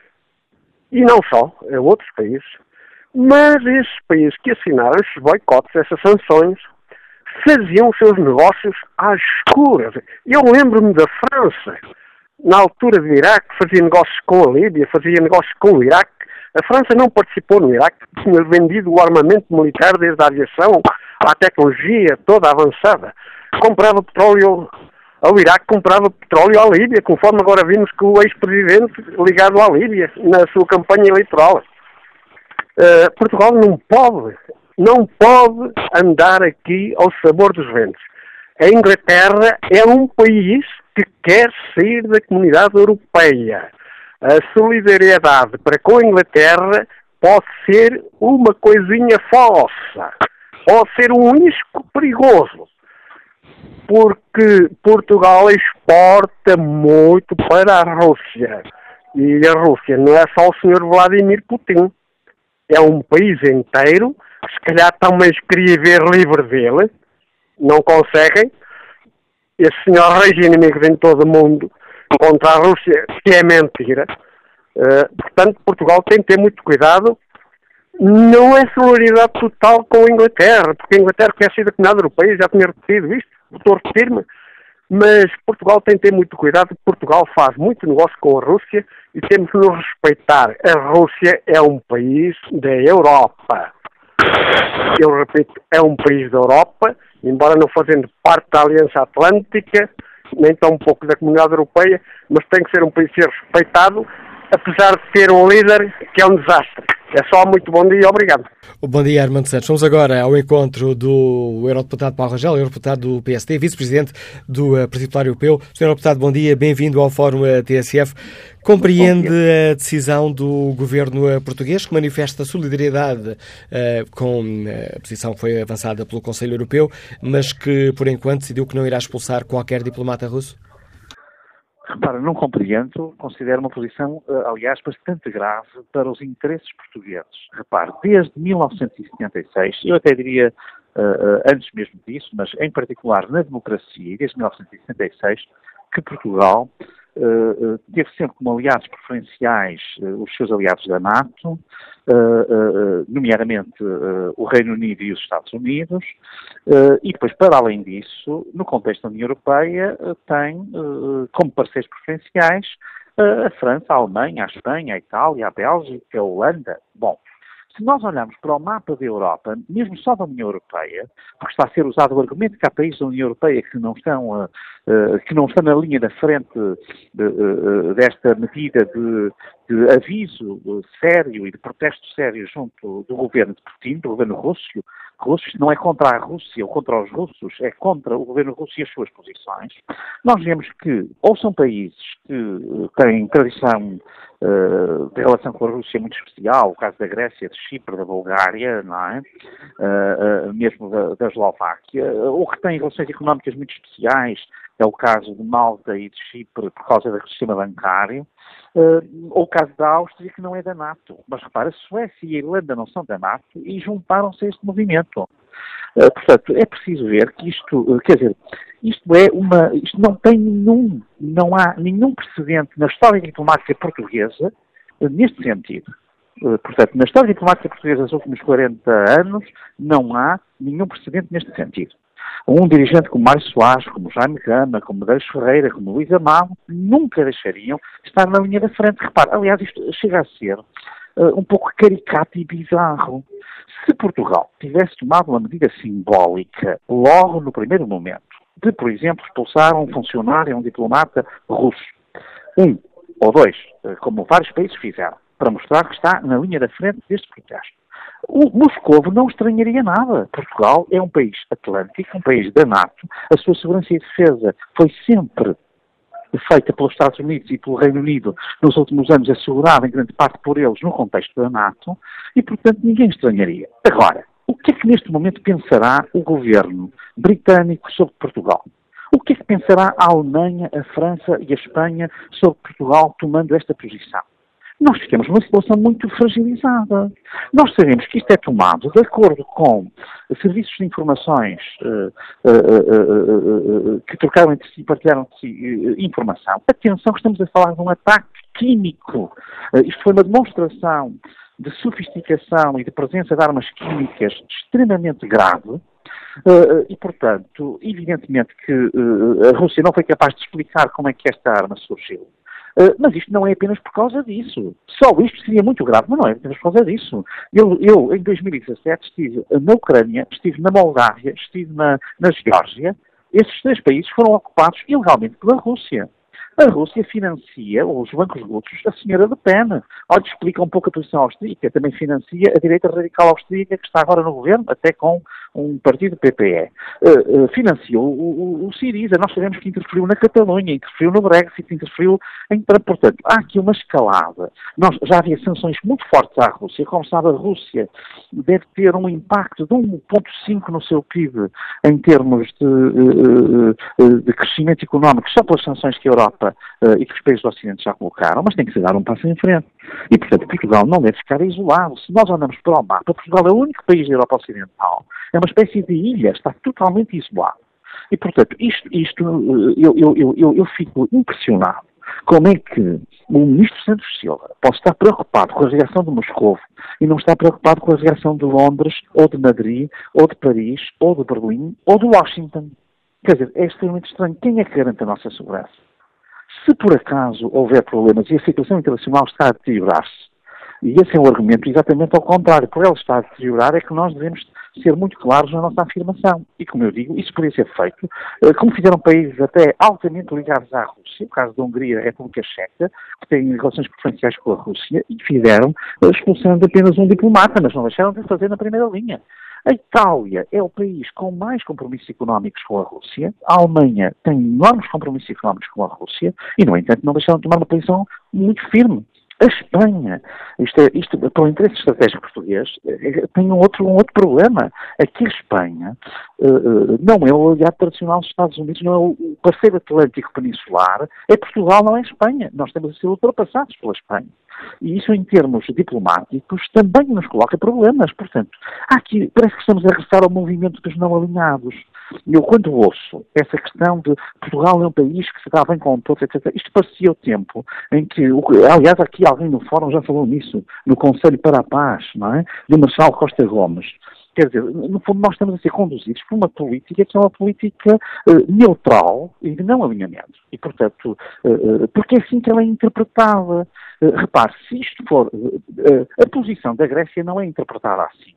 e não só, é outros países, mas esses países que assinaram esses boicotes, essas sanções, faziam os seus negócios às escuras. Eu lembro-me da França, na altura do Iraque, fazia negócios com a Líbia, fazia negócios com o Iraque. A França não participou no Iraque, tinha vendido o armamento militar, desde a aviação à tecnologia toda avançada. Comprava petróleo ao Iraque, comprava petróleo à Líbia, conforme agora vimos que o ex-presidente ligado à Líbia, na sua campanha eleitoral. Uh, Portugal não pode, não pode andar aqui ao sabor dos ventos. A Inglaterra é um país que quer sair da Comunidade Europeia. A solidariedade para com a Inglaterra pode ser uma coisinha falsa, pode ser um risco perigoso, porque Portugal exporta muito para a Rússia. E a Rússia não é só o senhor Vladimir Putin. É um país inteiro, que se calhar também queria ver livre dele, não conseguem. Esse senhor rege inimigos em todo o mundo contra a Rússia, que é mentira. Uh, portanto, Portugal tem que ter muito cuidado. Não é solidariedade total com a Inglaterra, porque a Inglaterra quer sair da Comunidade Europeia, já tinha repetido isto, estou a repetir-me, mas Portugal tem que ter muito cuidado. Portugal faz muito negócio com a Rússia e temos que nos respeitar. A Rússia é um país da Europa. Eu repito, é um país da Europa, embora não fazendo parte da Aliança Atlântica, nem tão pouco da Comunidade Europeia, mas tem que ser um país a ser respeitado, apesar de ter um líder que é um desastre. É só, muito bom dia e obrigado. Bom dia, Armando Santos. Vamos agora ao encontro do eurodeputado Paulo Rangel, eurodeputado do P S D, vice-presidente do uh, Partido Popular Europeu. senhor Eurodeputado, bom dia, bem-vindo ao Fórum uh, T S F. Compreende a decisão do governo uh, português, que manifesta solidariedade uh, com uh, a posição que foi avançada pelo Conselho Europeu, mas que, por enquanto, decidiu que não irá expulsar qualquer diplomata russo? Repara, não compreendo, considero uma posição, aliás, bastante grave para os interesses portugueses. Repare, desde mil novecentos e setenta e seis, eu até diria uh, antes mesmo disso, mas em particular na democracia, desde mil novecentos e setenta e seis, que Portugal uh, teve sempre como aliados preferenciais uh, os seus aliados da NATO, uh, uh, nomeadamente uh, o Reino Unido e os Estados Unidos, uh, e depois, para além disso, no contexto da União Europeia, uh, tem uh, como parceiros preferenciais uh, a França, a Alemanha, a Espanha, a Itália, a Bélgica, a Holanda. Bom, se nós olharmos para o mapa da Europa, mesmo só da União Europeia, porque está a ser usado o argumento que há países da União Europeia que não estão uh, uh, que não está na linha da frente de, uh, desta medida de, de aviso sério e de protesto sério junto do governo de Putin, do governo russo. Russo não é contra a Rússia ou contra os russos, é contra o governo russo e as suas posições. Nós vemos que ou são países que têm tradição uh, de relação com a Rússia muito especial, o caso da Grécia, de Chipre, da Bulgária, não é? Uh, uh, mesmo da, da Eslováquia, ou que têm relações económicas muito especiais, é o caso de Malta e de Chipre por causa do sistema bancário, uh, ou o caso da Áustria, que não é da NATO. Mas repara, a Suécia e a Irlanda não são da NATO e juntaram-se a este movimento. Uh, portanto, é preciso ver que isto, uh, quer dizer, isto é uma, isto não tem nenhum, não há nenhum precedente na história diplomática portuguesa uh, neste sentido. Uh, portanto, na história diplomática portuguesa dos últimos quarenta anos, não há nenhum precedente neste sentido. Um dirigente como Mário Soares, como Jaime Gama, como Medeiros Ferreira, como Luís Amado, nunca deixariam estar na linha da frente. Repare, aliás, isto chega a ser uh, um pouco caricato e bizarro. Se Portugal tivesse tomado uma medida simbólica logo no primeiro momento, de, por exemplo, expulsar um funcionário, um diplomata russo, um ou dois, uh, como vários países fizeram, para mostrar que está na linha da frente deste protesto, o Moscovo não estranharia nada. Portugal é um país atlântico, um país da NATO. A sua segurança e defesa foi sempre feita pelos Estados Unidos e pelo Reino Unido nos últimos anos, assegurada em grande parte por eles no contexto da NATO, e, portanto, ninguém estranharia. Agora, o que é que neste momento pensará o governo britânico sobre Portugal? O que é que pensará a Alemanha, a França e a Espanha sobre Portugal tomando esta posição? Nós ficamos numa situação muito fragilizada. Nós sabemos que isto é tomado de acordo com serviços de informações uh, uh, uh, uh, que trocaram entre si e partilharam entre si uh, informação. Atenção que estamos a falar de um ataque químico. Uh, isto foi uma demonstração de sofisticação e de presença de armas químicas extremamente grave. Uh, e, portanto, evidentemente que uh, a Rússia não foi capaz de explicar como é que esta arma surgiu. Uh, mas isto não é apenas por causa disso. Só isto seria muito grave, mas não é apenas por causa disso. Eu, eu em dois mil e dezassete, estive na Ucrânia, estive na Moldávia, estive na, na Geórgia. Esses três países foram ocupados ilegalmente pela Rússia. A Rússia financia, ou os bancos russos, a senhora Le Pen. Olha, explica um pouco a posição austríaca. Também financia a direita radical austríaca, que está agora no governo, até com um partido P P E. Uh, uh, financiou o, o, o Siriza. Nós sabemos que interferiu na Catalunha, interferiu no Brexit, interferiu em... Portanto, há aqui uma escalada. Nós, já havia sanções muito fortes à Rússia. Como sabe, a Rússia deve ter um impacto de um vírgula cinco no seu P I B em termos de, uh, uh, de crescimento económico, só pelas sanções que a Europa Uh, e que os países do Ocidente já colocaram, mas tem que se dar um passo em frente. E, portanto, Portugal não deve ficar isolado. Se nós andamos para o mapa, Portugal é o único país da Europa Ocidental. É uma espécie de ilha, está totalmente isolado. E, portanto, isto, isto eu, eu, eu, eu, eu fico impressionado. Como é que o ministro Santos Silva pode estar preocupado com a reação de Moscou e não está preocupado com a reação de Londres, ou de Madrid, ou de Paris, ou de Berlim, ou de Washington? Quer dizer, é extremamente estranho. Quem é que garante a nossa segurança? Se por acaso houver problemas e a situação internacional está a deteriorar-se, e esse é o argumento exatamente ao contrário, por ela estar a deteriorar, é que nós devemos ser muito claros na nossa afirmação. E, como eu digo, isso poderia ser feito, como fizeram países até altamente ligados à Rússia, o caso da Hungria e a República Checa, que têm relações preferenciais com a Rússia, e fizeram expulsando apenas um diplomata, mas não deixaram de fazer na primeira linha. A Itália é o país com mais compromissos económicos com a Rússia. A Alemanha tem enormes compromissos económicos com a Rússia e, no entanto, não deixaram de tomar uma posição muito firme. A Espanha, isto, é, isto para o interesse estratégico português, tem um outro, um outro problema. Aqui a Espanha uh, não é o aliado tradicional dos Estados Unidos, não é o parceiro atlântico peninsular, é Portugal, não é a Espanha. Nós temos a ser ultrapassados pela Espanha. E isso, em termos diplomáticos, também nos coloca problemas. Portanto, aqui parece que estamos a regressar ao movimento dos não alinhados. E eu, quando ouço essa questão de Portugal é um país que se dá bem com todos, etcétera, isto parecia o tempo em que, aliás, aqui alguém no fórum já falou nisso, no Conselho para a Paz, não é? De Marcelo Costa Gomes. Quer dizer, no fundo, nós estamos a ser conduzidos por uma política que é uma política uh, neutral e de não alinhamento. E, portanto, uh, porque é assim que ela é interpretada. Uh, repare, se isto for... Uh, uh, a posição da Grécia não é interpretada assim.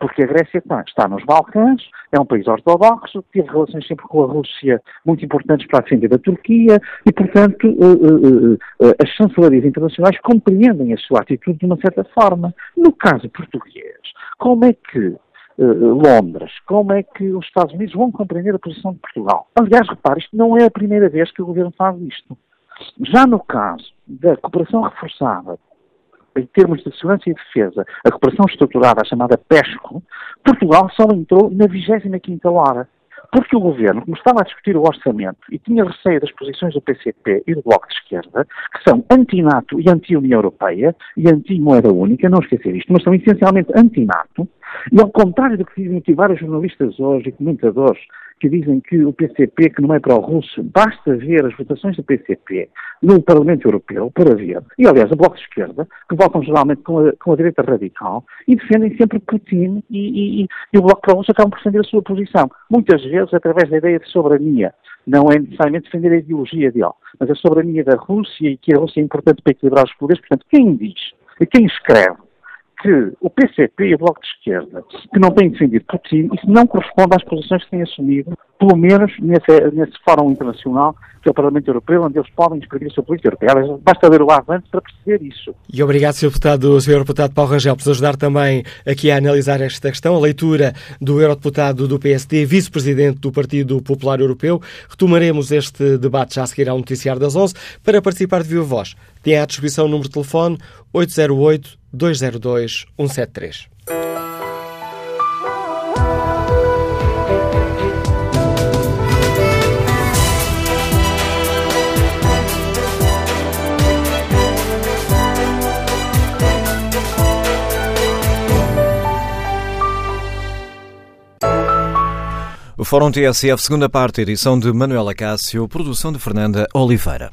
porque a Grécia está, está nos Balcãs, é um país ortodoxo, teve relações sempre com a Rússia muito importantes para defender a Turquia e, portanto, uh, uh, uh, uh, as chancelarias internacionais compreendem a sua atitude de uma certa forma. No caso português, como é que Uh, Londres, como é que os Estados Unidos vão compreender a posição de Portugal? Aliás, repare, isto não é a primeira vez que o Governo faz isto. Já no caso da cooperação reforçada, em termos de segurança e defesa, a cooperação estruturada, a chamada PESCO, Portugal só entrou na vigésima quinta hora. Porque o Governo, como estava a discutir o orçamento e tinha receio das posições do P C P e do Bloco de Esquerda, que são anti-NATO e anti-União Europeia e anti-moeda única, não esquecer isto, mas são essencialmente anti-NATO, e ao contrário do que dizem aqui vários jornalistas hoje e comentadores que dizem que o P C P, que não é pró-russo, basta ver as votações do P C P no Parlamento Europeu para ver, e aliás o Bloco de Esquerda, que votam geralmente com a, com a direita radical e defendem sempre Putin e, e, e o Bloco pró-russo acabam por defender a sua posição, muitas vezes através da ideia de soberania. Não é necessariamente defender a ideologia dele, mas a soberania da Rússia e que a Rússia é importante para equilibrar os poderes. Portanto, quem diz e quem escreve que o P C P e o Bloco de Esquerda, que não têm defendido Putin, isso não corresponde às posições que têm assumido, pelo menos nesse, nesse fórum internacional, que é o Parlamento Europeu, onde eles podem escrever a sua política europeia. Basta ler o avante para perceber isso. E obrigado, senhor Deputado, senhor Deputado Paulo Rangel, por nos ajudar também aqui a analisar esta questão. A leitura do Eurodeputado do P S D, vice-presidente do Partido Popular Europeu. Retomaremos este debate já a seguir ao noticiário das onze. Para participar de viva voz, tem à disposição o número de telefone oito zero oito, dois zero dois, um sete três. O Fórum T S F, segunda parte, edição de Manuela Cássio, produção de Fernanda Oliveira.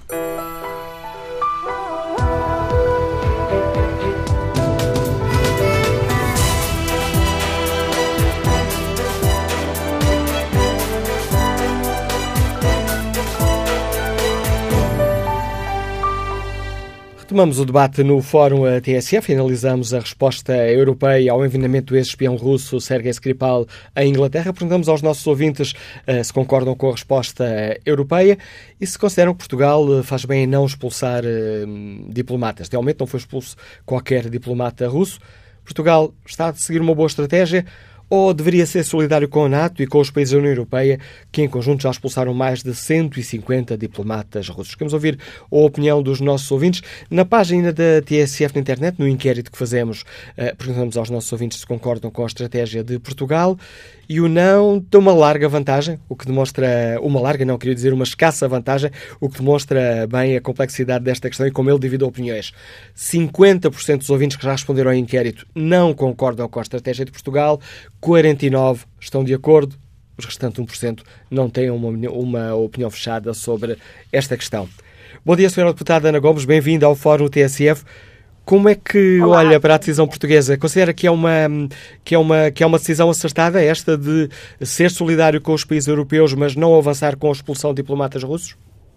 Retomamos o debate no Fórum T S F e analisamos a resposta europeia ao envenenamento do ex-espião russo Sergei Skripal em Inglaterra. Perguntamos aos nossos ouvintes uh, se concordam com a resposta europeia e se consideram que Portugal uh, faz bem em não expulsar uh, diplomatas. Até ao momento não foi expulso qualquer diplomata russo. Portugal está a seguir uma boa estratégia ou deveria ser solidário com a NATO e com os países da União Europeia, que em conjunto já expulsaram mais de cento e cinquenta diplomatas russos? Queremos ouvir a opinião dos nossos ouvintes. Na página da T S F na internet, no inquérito que fazemos, eh, perguntamos aos nossos ouvintes se concordam com a estratégia de Portugal, e o não tem uma larga vantagem, o que demonstra, uma larga, não queria dizer uma escassa vantagem, o que demonstra bem a complexidade desta questão e como ele divide opiniões. cinquenta por cento dos ouvintes que já responderam ao inquérito não concordam com a estratégia de Portugal, quarenta e nove por cento estão de acordo, os restantes um por cento não têm uma, uma opinião fechada sobre esta questão. Bom dia, senhora Deputada Ana Gomes, bem-vinda ao Fórum T S F. Como é que Olá. olha para a decisão portuguesa? Considera que é, uma, que, é uma, que é uma decisão acertada, esta de ser solidário com os países europeus, mas não avançar com a expulsão de diplomatas russos?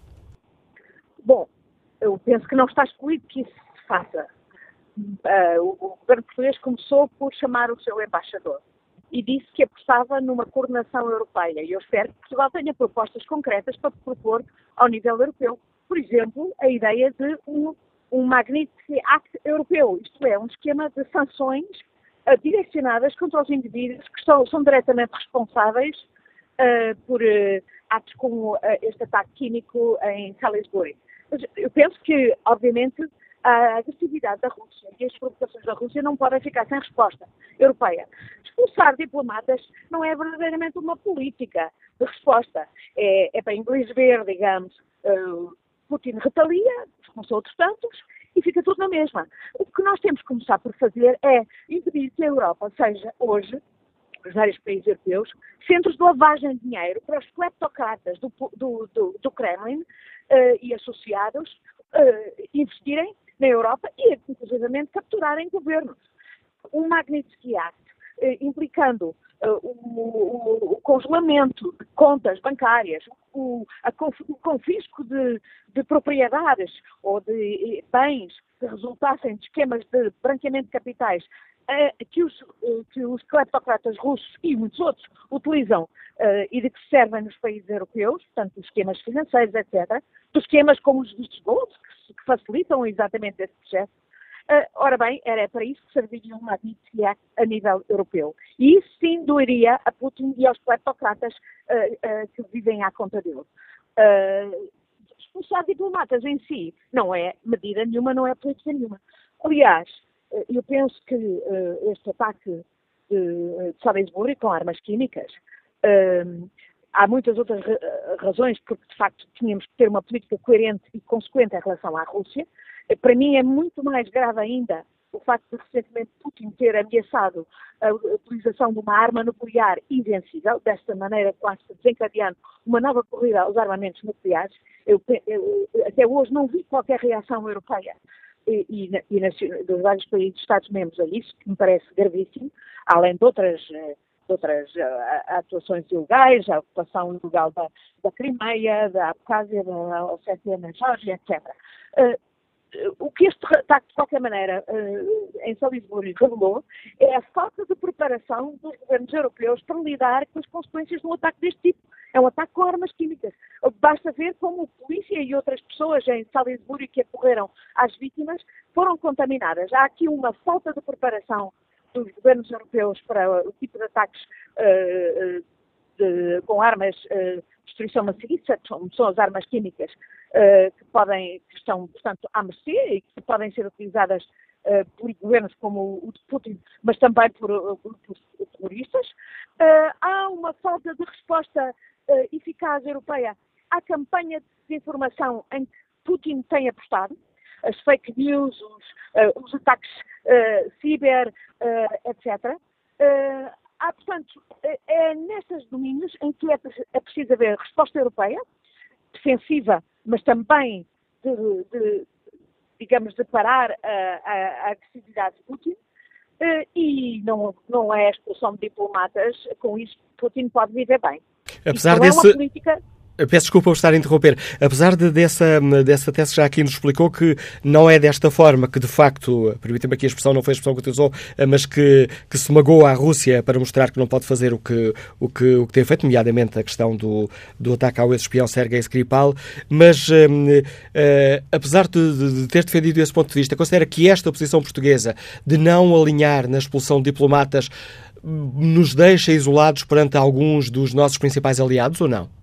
Bom, eu penso que não está excluído que isso se faça. Uh, o governo português começou por chamar o seu embaixador e disse que apostava numa coordenação europeia. E eu espero que Portugal tenha propostas concretas para propor ao nível europeu. Por exemplo, a ideia de um um Magnitsky Act europeu, isto é, um esquema de sanções uh, direcionadas contra os indivíduos que estão, são diretamente responsáveis uh, por uh, atos como uh, este ataque químico em Salisbury. Mas eu penso que, obviamente, a agressividade da Rússia e as provocações da Rússia não podem ficar sem resposta europeia. Expulsar diplomatas não é verdadeiramente uma política de resposta. É, é para inglês ver, digamos, uh, Putin retalia, como são outros tantos, e fica tudo na mesma. O que nós temos que começar por fazer é impedir que a Europa seja, hoje, os vários países europeus, centros de lavagem de dinheiro para os cleptocratas do, do, do, do Kremlin uh, e associados uh, investirem na Europa e, inclusivamente, capturarem governos. O Magnitsky Act implicando o, o, o congelamento de contas bancárias, o, a conf, o confisco de, de propriedades ou de bens que resultassem de esquemas de branqueamento de capitais que os, que os cleptocratas russos e muitos outros utilizam e de que se servem nos países europeus, portanto, os esquemas financeiros, etcétera, dos esquemas como os vistos gold, que, que facilitam exatamente esse processo. Ora bem, era para isso que serviria um Magnitsky Act a nível europeu. E isso sim doeria a Putin e aos cleptocratas que vivem à conta dele. Expulsar diplomatas em si não é medida nenhuma, não é política nenhuma. Aliás, eu penso que uh, este ataque de, de Salisbury com armas químicas, uh, há muitas outras ra razões, porque de facto tínhamos que ter uma política coerente e consequente em relação à Rússia. Uh, para mim é muito mais grave ainda o facto de recentemente Putin ter ameaçado a utilização de uma arma nuclear invencível, desta maneira quase desencadeando uma nova corrida aos armamentos nucleares. Eu, eu, até hoje não vi qualquer reação europeia e, e, e dos vários países, Estados-membros a isso, que me parece gravíssimo, além de outras, de outras uh, atuações ilegais, a ocupação ilegal da, da Crimeia, da Abkhazia, da Ossétia, na Geórgia, etcétera. Uh, o que este ataque, de qualquer maneira, uh, em Salisbury revelou é a falta de preparação dos governos europeus para lidar com as consequências de um ataque deste tipo. É um ataque com armas químicas. Basta ver como a polícia e outras pessoas em Salisbury que acorreram às vítimas foram contaminadas. Há aqui uma falta de preparação dos governos europeus para o tipo de ataques uh, de, com armas uh, de destruição maciça, como são as armas químicas, uh, que, podem, que estão, portanto, à mercê e que podem ser utilizadas uh, por governos como o de Putin, mas também por grupos terroristas. Uh, há uma falta de resposta uh, eficaz europeia à campanha de desinformação em que Putin tem apostado, as fake news, os, uh, os ataques uh, ciber, uh, etcétera. Uh, há, portanto, é nestes domínios em que é, é preciso haver resposta europeia, defensiva, mas também de, de digamos, de parar a, a, a agressividade de Putin, uh, e não, não é a expulsão de diplomatas, com isso Putin pode viver bem. Apesar isso desse... é uma política... Peço desculpa por estar a interromper. Apesar de, dessa, dessa tese que já aqui nos explicou que não é desta forma que, de facto, permita-me aqui a expressão, não foi a expressão que utilizou, mas que, que se magoa a Rússia para mostrar que não pode fazer o que, o que, o que tem feito, nomeadamente a questão do, do ataque ao ex-espião Sergei Skripal, mas, hum, uh, apesar de, de ter defendido esse ponto de vista, considera que esta posição portuguesa de não alinhar na expulsão de diplomatas nos deixa isolados perante alguns dos nossos principais aliados ou não?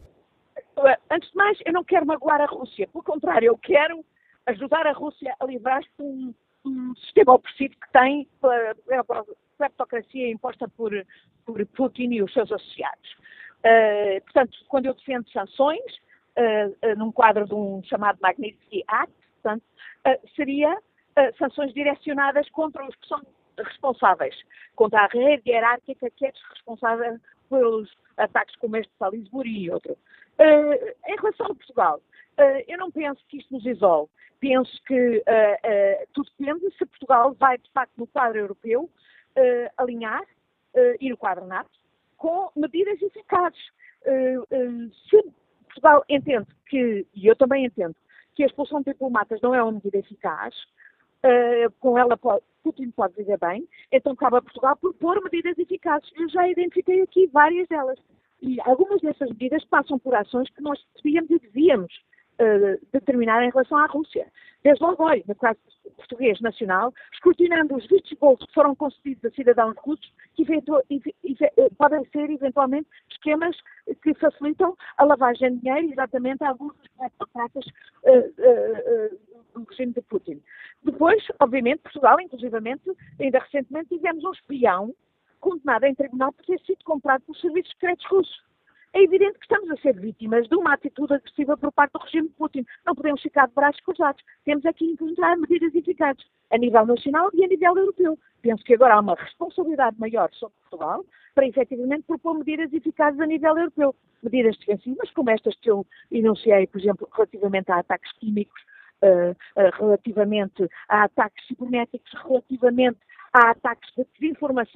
Antes de mais, eu não quero magoar a Rússia. Pelo contrário, eu quero ajudar a Rússia a livrar-se de um, um sistema opressivo que tem pela cleptocracia imposta por, por Putin e os seus associados. Uh, portanto, quando eu defendo sanções, uh, uh, num quadro de um chamado Magnitsky Act, portanto, uh, seria uh, sanções direcionadas contra os que são responsáveis, contra a rede hierárquica que é responsável pelos ataques como este de Salisbury e outro. Uh, em relação a Portugal, uh, eu não penso que isto nos isole. Penso que uh, uh, tudo depende se Portugal vai, de facto, no quadro europeu, uh, alinhar, uh, e no quadro NATO, com medidas eficazes. Uh, uh, se Portugal entende que, e eu também entendo, que a expulsão de diplomatas não é uma medida eficaz, uh, com ela pode, Putin pode viver bem, então cabe a Portugal propor medidas eficazes. Eu já identifiquei aqui várias delas. E algumas dessas medidas passam por ações que nós devíamos e devíamos uh, determinar em relação à Rússia. Desde logo, olha, no caso português nacional, escrutinando os vistos gold que foram concedidos a cidadãos russos, que podem ser, eventualmente, esquemas que facilitam a lavagem de dinheiro, exatamente a alguns dos cleptocratas uh, uh, uh, do regime de Putin. Depois, obviamente, Portugal, inclusivamente, ainda recentemente tivemos um espião condenado em tribunal por ter sido comprado pelos serviços secretos russos. É evidente que estamos a ser vítimas de uma atitude agressiva por parte do regime de Putin. Não podemos ficar de braços cruzados. Temos aqui que encontrar medidas eficazes a nível nacional e a nível europeu. Penso que agora há uma responsabilidade maior sobre Portugal para efetivamente propor medidas eficazes a nível europeu. Medidas defensivas, como estas que eu enunciei, por exemplo, relativamente a ataques químicos, uh, uh, relativamente a ataques cibernéticos, relativamente a ataques de desinformação,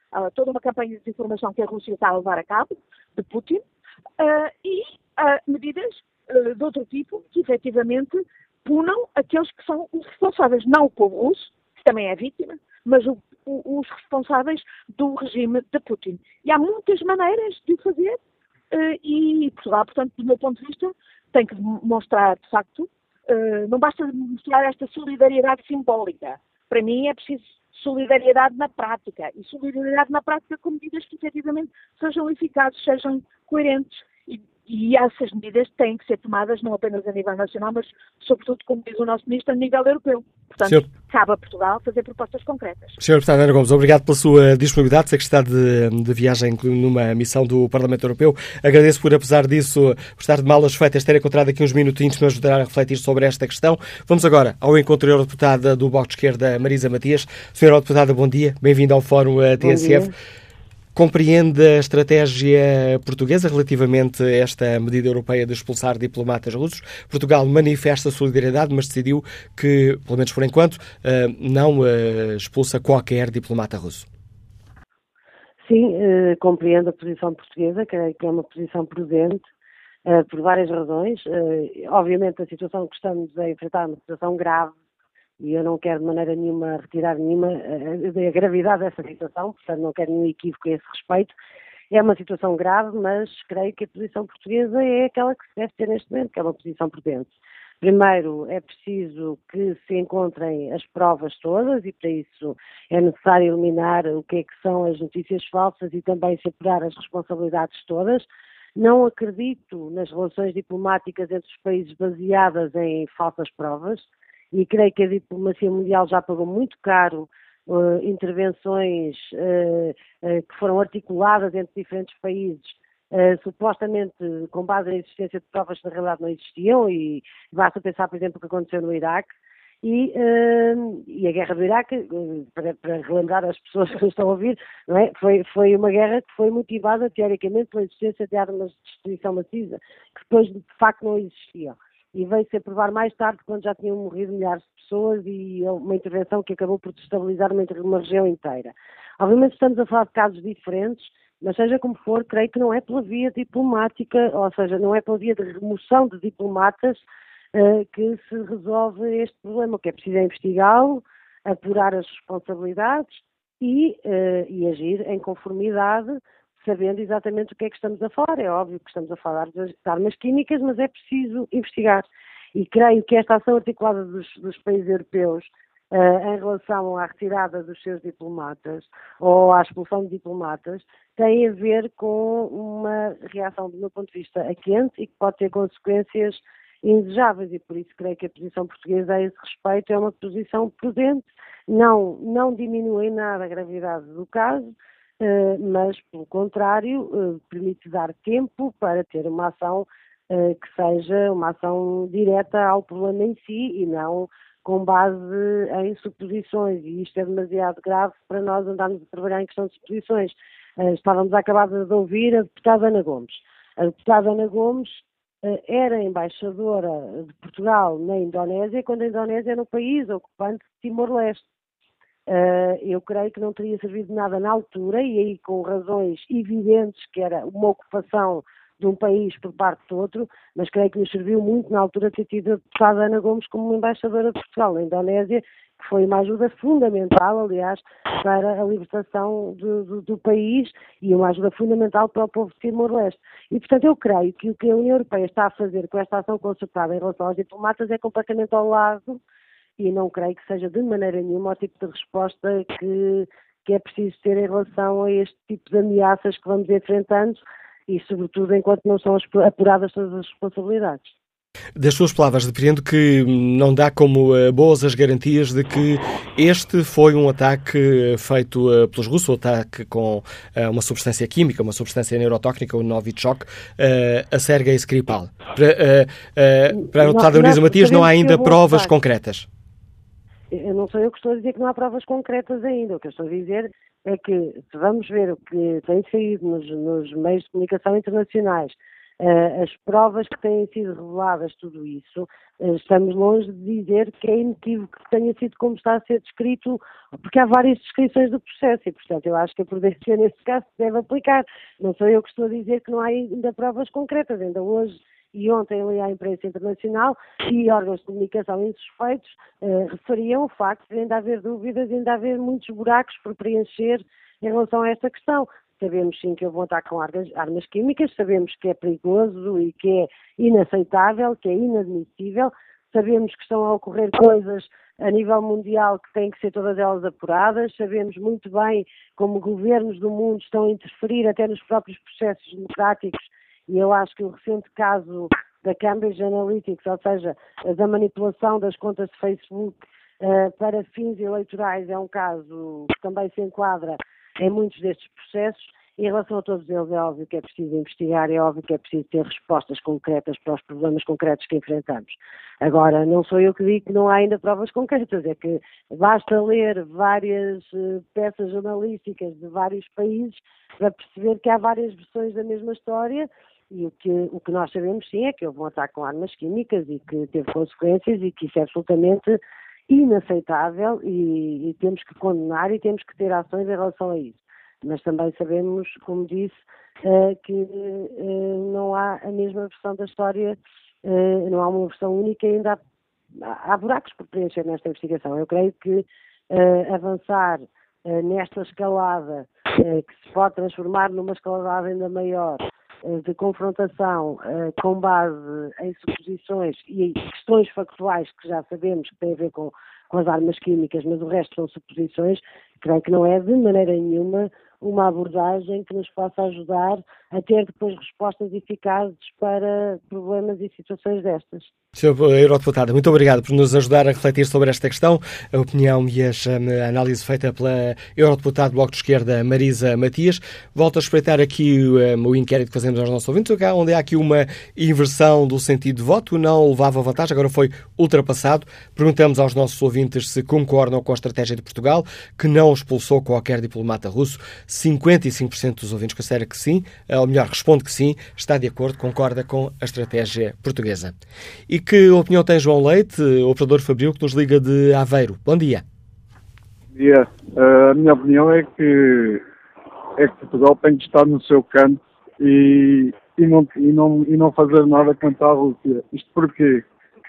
uh, toda uma campanha de desinformação que a Rússia está a levar a cabo, de Putin, uh, e uh, medidas uh, de outro tipo que efetivamente punam aqueles que são os responsáveis, não o povo russo, que também é vítima, mas o, o, os responsáveis do regime de Putin. E há muitas maneiras de o fazer uh, e Portugal, portanto, do meu ponto de vista, tem que mostrar, de facto, uh, não basta mostrar esta solidariedade simbólica. Para mim é preciso solidariedade na prática, e solidariedade na prática com medidas que efetivamente sejam eficazes, sejam coerentes, e, e essas medidas têm que ser tomadas não apenas a nível nacional, mas sobretudo, como diz o nosso Ministro, a nível europeu. Portanto, Senhor... cabe a Portugal fazer propostas concretas. senhora Deputada Ana Gomes, obrigado pela sua disponibilidade, secretária de, de viagem numa missão do Parlamento Europeu. Agradeço por, apesar disso, por estar de malas feitas, ter encontrado aqui uns minutinhos para ajudar a refletir sobre esta questão. Vamos agora ao encontro da Eurodeputada do Bloco de Esquerda, Marisa Matias. senhora Eurodeputada, bom dia, bem-vinda ao Fórum T S F. Compreende a estratégia portuguesa relativamente a esta medida europeia de expulsar diplomatas russos? Portugal manifesta solidariedade, mas decidiu que, pelo menos por enquanto, não expulsa qualquer diplomata russo. Sim, eh, compreendo a posição portuguesa, que é uma posição prudente, eh, por várias razões. Eh, obviamente a situação que estamos a enfrentar é uma situação grave, e eu não quero de maneira nenhuma retirar nenhuma a gravidade dessa situação, portanto não quero nenhum equívoco a esse respeito. É uma situação grave, mas creio que a posição portuguesa é aquela que se deve ter neste momento, que é uma posição prudente. Primeiro, é preciso que se encontrem as provas todas e para isso é necessário eliminar o que é que são as notícias falsas e também se apurar as responsabilidades todas. Não acredito nas relações diplomáticas entre os países baseadas em falsas provas. E creio que a diplomacia mundial já pagou muito caro uh, intervenções uh, uh, que foram articuladas entre diferentes países, uh, supostamente com base na existência de provas que na realidade não existiam, e basta pensar, por exemplo, o que aconteceu no Iraque, e, uh, e a guerra do Iraque, uh, para, para relembrar as pessoas que estão a ouvir, não é? foi, foi uma guerra que foi motivada, teoricamente, pela existência de armas de destruição maciça, que depois de facto não existiam. E veio-se a provar mais tarde, quando já tinham morrido milhares de pessoas e uma intervenção que acabou por destabilizar uma, uma região inteira. Obviamente estamos a falar de casos diferentes, mas seja como for, creio que não é pela via diplomática, ou seja, não é pela via de remoção de diplomatas uh, que se resolve este problema. O que é preciso é investigá-lo, apurar as responsabilidades e, uh, e agir em conformidade, sabendo exatamente o que é que estamos a falar. É óbvio que estamos a falar de armas químicas, mas é preciso investigar. E creio que esta ação articulada dos, dos países europeus uh, em relação à retirada dos seus diplomatas ou à expulsão de diplomatas tem a ver com uma reação, do meu ponto de vista, a quente e que pode ter consequências indesejáveis. E por isso creio que a posição portuguesa a esse respeito é uma posição prudente. Não, não diminui em nada a gravidade do caso, Uh, mas, pelo contrário, uh, permite dar tempo para ter uma ação uh, que seja uma ação direta ao problema em si e não com base em suposições. E isto é demasiado grave para nós andarmos a trabalhar em questão de suposições. Uh, estávamos a acabar de ouvir a deputada Ana Gomes. A deputada Ana Gomes uh, era embaixadora de Portugal na Indonésia, quando a Indonésia era um país ocupante de Timor-Leste. Uh, eu creio que não teria servido de nada na altura, e aí com razões evidentes que era uma ocupação de um país por parte do outro, mas creio que nos serviu muito na altura ter tido a deputada Ana Gomes como embaixadora de Portugal na Indonésia, que foi uma ajuda fundamental, aliás, para a libertação do, do, do país e uma ajuda fundamental para o povo de Timor-Leste. E, portanto, eu creio que o que a União Europeia está a fazer com esta ação concertada em relação aos diplomatas é completamente ao lado. E não creio que seja de maneira nenhuma o tipo de resposta que, que é preciso ter em relação a este tipo de ameaças que vamos enfrentando e, sobretudo, enquanto não são apuradas todas as responsabilidades. Das suas palavras, depreendo que não dá como uh, boas as garantias de que este foi um ataque feito uh, pelos russos, um ataque com uh, uma substância química, uma substância neurotóxica, o Novichok, uh, a Sergei Skripal. Para, uh, uh, para a deputada Marisa Matias, não há ainda provas concretas. Eu não sou eu que estou a dizer que não há provas concretas ainda. O que eu estou a dizer é que, se vamos ver o que tem saído nos, nos meios de comunicação internacionais Uh, as provas que têm sido reveladas, tudo isso, uh, estamos longe de dizer que é inequívoco que tenha sido como está a ser descrito, porque há várias descrições do processo e, portanto, eu acho que a prudência nesse caso se deve aplicar. Não sou eu que estou a dizer que não há ainda provas concretas. Ainda hoje e ontem ali à imprensa internacional e órgãos de comunicação insuspeitos uh, referiam o facto de ainda haver dúvidas e ainda haver muitos buracos por preencher em relação a esta questão. Sabemos sim que houve um ataque com armas, armas químicas, sabemos que é perigoso e que é inaceitável, que é inadmissível, sabemos que estão a ocorrer coisas a nível mundial que têm que ser todas elas apuradas, sabemos muito bem como governos do mundo estão a interferir até nos próprios processos democráticos e eu acho que o recente caso da Cambridge Analytica, ou seja, da manipulação das contas de Facebook uh, para fins eleitorais é um caso que também se enquadra em muitos destes processos. Em relação a todos eles, é óbvio que é preciso investigar, é óbvio que é preciso ter respostas concretas para os problemas concretos que enfrentamos. Agora, não sou eu que digo que não há ainda provas concretas, é que basta ler várias uh, peças jornalísticas de vários países para perceber que há várias versões da mesma história e o que, o que nós sabemos sim é que houve um ataque com armas químicas e que teve consequências e que isso é absolutamente inaceitável e, e temos que condenar e temos que ter ações em relação a isso. Mas também sabemos, como disse, uh, que uh, não há a mesma versão da história, uh, não há uma versão única e ainda há, há buracos por preencher nesta investigação. Eu creio que uh, avançar uh, nesta escalada, uh, que se pode transformar numa escalada ainda maior, uh, de confrontação uh, com base em suposições e questões factuais que já sabemos que têm a ver com, com as armas químicas, mas o resto são suposições, creio que não é de maneira nenhuma uma abordagem que nos possa ajudar a ter depois respostas eficazes para problemas e situações destas. senhor Eurodeputado, muito obrigado por nos ajudar a refletir sobre esta questão, a opinião e a análise feita pela Eurodeputado do Bloco de Esquerda, Marisa Matias. Volto a espreitar aqui um, o inquérito que fazemos aos nossos ouvintes, onde há aqui uma inversão do sentido de voto, não levava vantagem, agora foi ultrapassado. Perguntamos aos nossos ouvintes se concordam com a estratégia de Portugal, que não expulsou qualquer diplomata russo. cinquenta e cinco por cento dos ouvintes considera que sim, ou melhor, responde que sim, está de acordo, concorda com a estratégia portuguesa. E que opinião tem João Leite, operador Fabril, que nos liga de Aveiro? Bom dia. Bom dia. Uh, a minha opinião é que, é que Portugal tem de estar no seu canto e, e, não, e, não, e não fazer nada contra a Rússia. Isto porque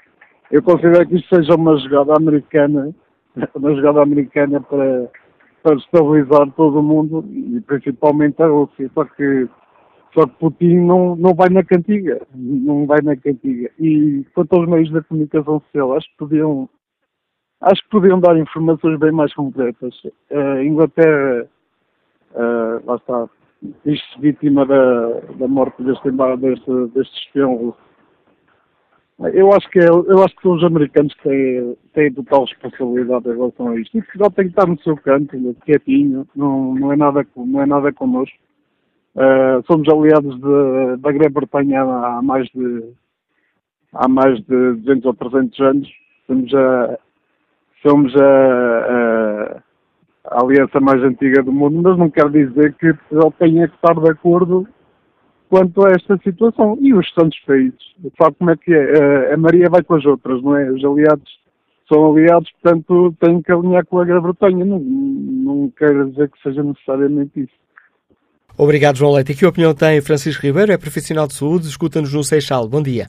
eu considero que isto seja uma jogada americana, uma jogada americana para, para estabilizar todo o mundo e principalmente a Rússia. Só que Só que Putin não, não vai na cantiga, não vai na cantiga. E quanto aos meios da comunicação social, acho que podiam, acho que podiam dar informações bem mais concretas. A Inglaterra, uh, lá está, diz-se vítima da, da morte deste, deste, deste espião russo. Eu acho que, é, eu acho que são os americanos que têm, têm total responsabilidade em relação a isto. E Portugal tem que estar no seu canto, quietinho, não, não, é, nada, não é nada connosco. Uh, somos aliados de, da Grã-Bretanha há mais de há mais de duzentos ou trezentos anos. Somos a, somos a, a, a aliança mais antiga do mundo, mas não quer dizer que Portugal tenha que estar de acordo quanto a esta situação. E os restantes países, sabe como é que é? A Maria vai com as outras, não é? Os aliados são aliados, portanto têm que alinhar com a Grã-Bretanha. Não, não quer dizer que seja necessariamente isso. Obrigado, João Leite. E que opinião tem Francisco Ribeiro, é profissional de saúde, escuta-nos no Seixal. Bom dia.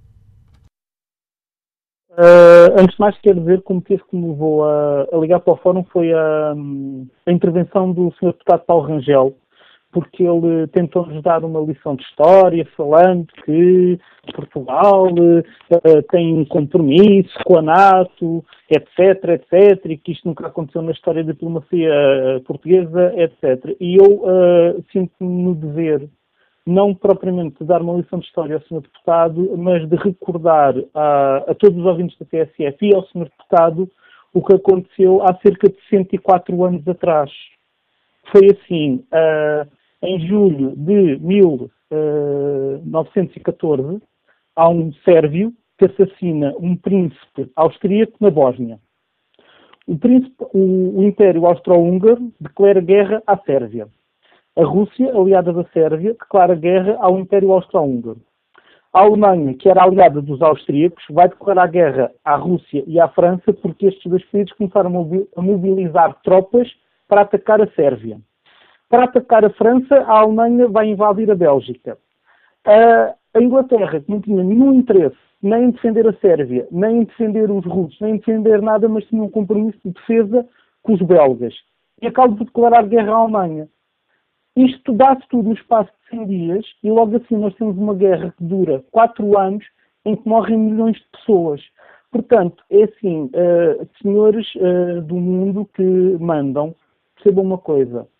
Uh, antes de mais, quero dizer que o motivo que me levou a, a ligar para o fórum foi a, a intervenção do senhor deputado Paulo Rangel, porque ele tentou-nos dar uma lição de história, falando que Portugal uh, tem um compromisso com a NATO, etc, etc, e que isto nunca aconteceu na história da diplomacia portuguesa, etcétera. E eu uh, sinto-me no dever, não propriamente de dar uma lição de história ao senhor deputado, mas de recordar a, a todos os ouvintes da T S F e ao senhor deputado o que aconteceu há cerca de cento e quatro anos atrás. Foi assim, uh, em julho de mil novecentos e catorze, há um sérvio que assassina um príncipe austríaco na Bósnia. O, príncipe, o, o Império Austro-Húngaro declara guerra à Sérvia. A Rússia, aliada da Sérvia, declara guerra ao Império Austro-Húngaro. A Alemanha, que era aliada dos austríacos, vai declarar guerra à Rússia e à França porque estes dois países começaram a mobilizar tropas para atacar a Sérvia. Para atacar a França, a Alemanha vai invadir a Bélgica. A Inglaterra, que não tinha nenhum interesse nem em defender a Sérvia, nem em defender os russos, nem em defender nada, mas tinha um compromisso de defesa com os belgas. E acaba por declarar guerra à Alemanha. Isto dá-se tudo no espaço de cem dias e logo assim nós temos uma guerra que dura quatro anos em que morrem milhões de pessoas. Portanto, é assim, uh, senhores uh, do mundo que mandam, percebam uma coisa.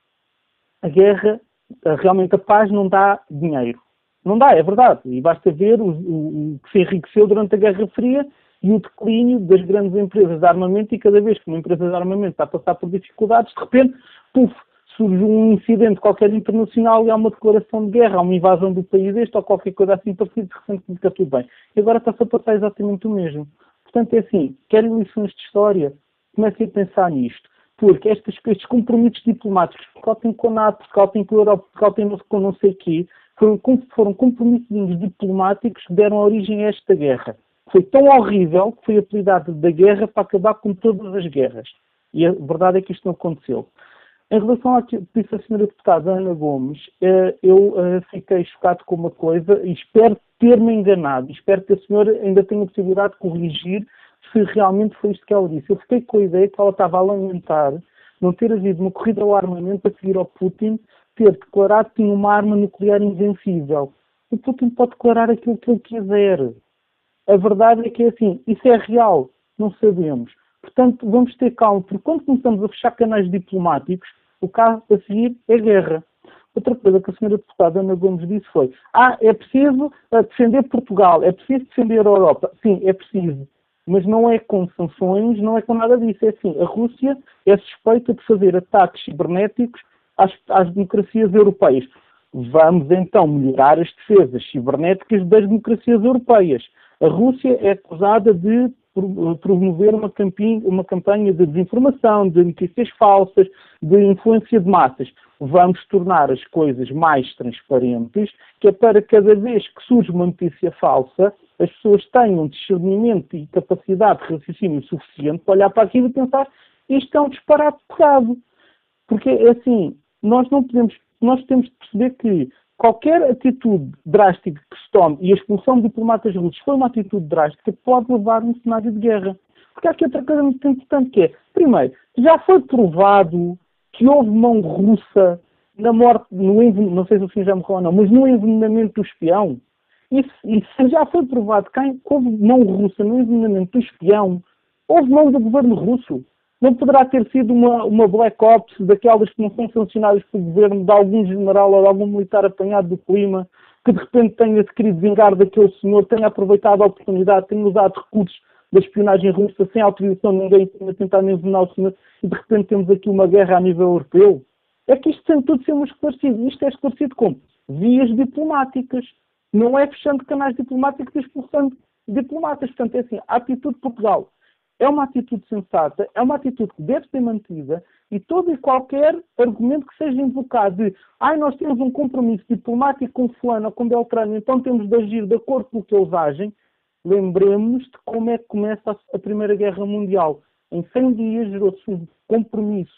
A guerra, uh, realmente a paz não dá dinheiro. Não dá, é verdade. E basta ver o, o, o que se enriqueceu durante a Guerra Fria e o declínio das grandes empresas de armamento, e cada vez que uma empresa de armamento está a passar por dificuldades, de repente, puf, surge um incidente qualquer internacional e há uma declaração de guerra, há uma invasão do país este ou qualquer coisa assim parecida, de repente fica tudo bem. E agora está-se a passar exatamente o mesmo. Portanto, é assim, querem lições de história? Comecem a pensar nisto. Porque estes, estes compromissos diplomáticos, Portugal tem com a NATO, Portugal tem com a Europa, Portugal tem com não sei o quê, foram, foram compromissos diplomáticos que deram origem a esta guerra. Foi tão horrível que foi apelidado da guerra para acabar com todas as guerras. E a verdade é que isto não aconteceu. Em relação ao que disse a senhora deputada Ana Gomes, eu fiquei chocado com uma coisa e espero ter-me enganado. Espero que a senhora ainda tenha a possibilidade de corrigir se realmente foi isto que ela disse. Eu fiquei com a ideia que ela estava a lamentar não ter havido uma corrida ao armamento a seguir ao Putin ter declarado que tinha uma arma nuclear invencível. O Putin pode declarar aquilo que ele quiser. A verdade é que é assim, isso é real, não sabemos. Portanto, vamos ter calma, porque quando começamos a fechar canais diplomáticos, o caso a seguir é guerra. Outra coisa que a senhora deputada Ana Gomes disse foi: ah, é preciso defender Portugal, é preciso defender a Europa. Sim, é preciso. Mas não é com sanções, não é com nada disso. É assim, a Rússia é suspeita de fazer ataques cibernéticos às, às democracias europeias. Vamos então melhorar as defesas cibernéticas das democracias europeias. A Rússia é acusada de promover uma campanha, uma campanha de desinformação, de notícias falsas, de influência de massas. Vamos tornar as coisas mais transparentes, que é para cada vez que surge uma notícia falsa, as pessoas tenham discernimento e capacidade de raciocínio suficiente para olhar para aquilo e pensar: isto é um disparate pegado. Porque, assim, nós não podemos, nós temos de perceber que qualquer atitude drástica que se tome, e a expulsão de diplomatas russos foi uma atitude drástica, pode levar a um cenário de guerra. Porque há aqui outra coisa muito importante que é, primeiro, já foi provado que houve mão russa na morte, no enven... não sei se o senhor já morreu ou não, mas no envenenamento do espião. E se, e se já foi provado que houve mão russa no envenenamento do espião, houve mão do governo russo. Não poderá ter sido uma, uma black ops daquelas que não são sancionadas pelo governo, de algum general ou de algum militar apanhado do clima, que de repente tenha-se querido vingar daquele senhor, tenha aproveitado a oportunidade, tenha usado recursos da espionagem russa sem autorização de ninguém, tenha tentado envenenar o senhor, e de repente temos aqui uma guerra a nível europeu. É que isto tem tudo ser esclarecido. Isto é esclarecido como? Vias diplomáticas. Não é fechando canais diplomáticos e expulsando diplomatas. Portanto, é assim, a atitude de Portugal é uma atitude sensata, é uma atitude que deve ser mantida, e todo e qualquer argumento que seja invocado de ai, nós temos um compromisso diplomático com fulano ou com Beltrano, então temos de agir de acordo com o que eles agem, lembremos-nos de como é que começa a Primeira Guerra Mundial. Em cem dias gerou-se um compromisso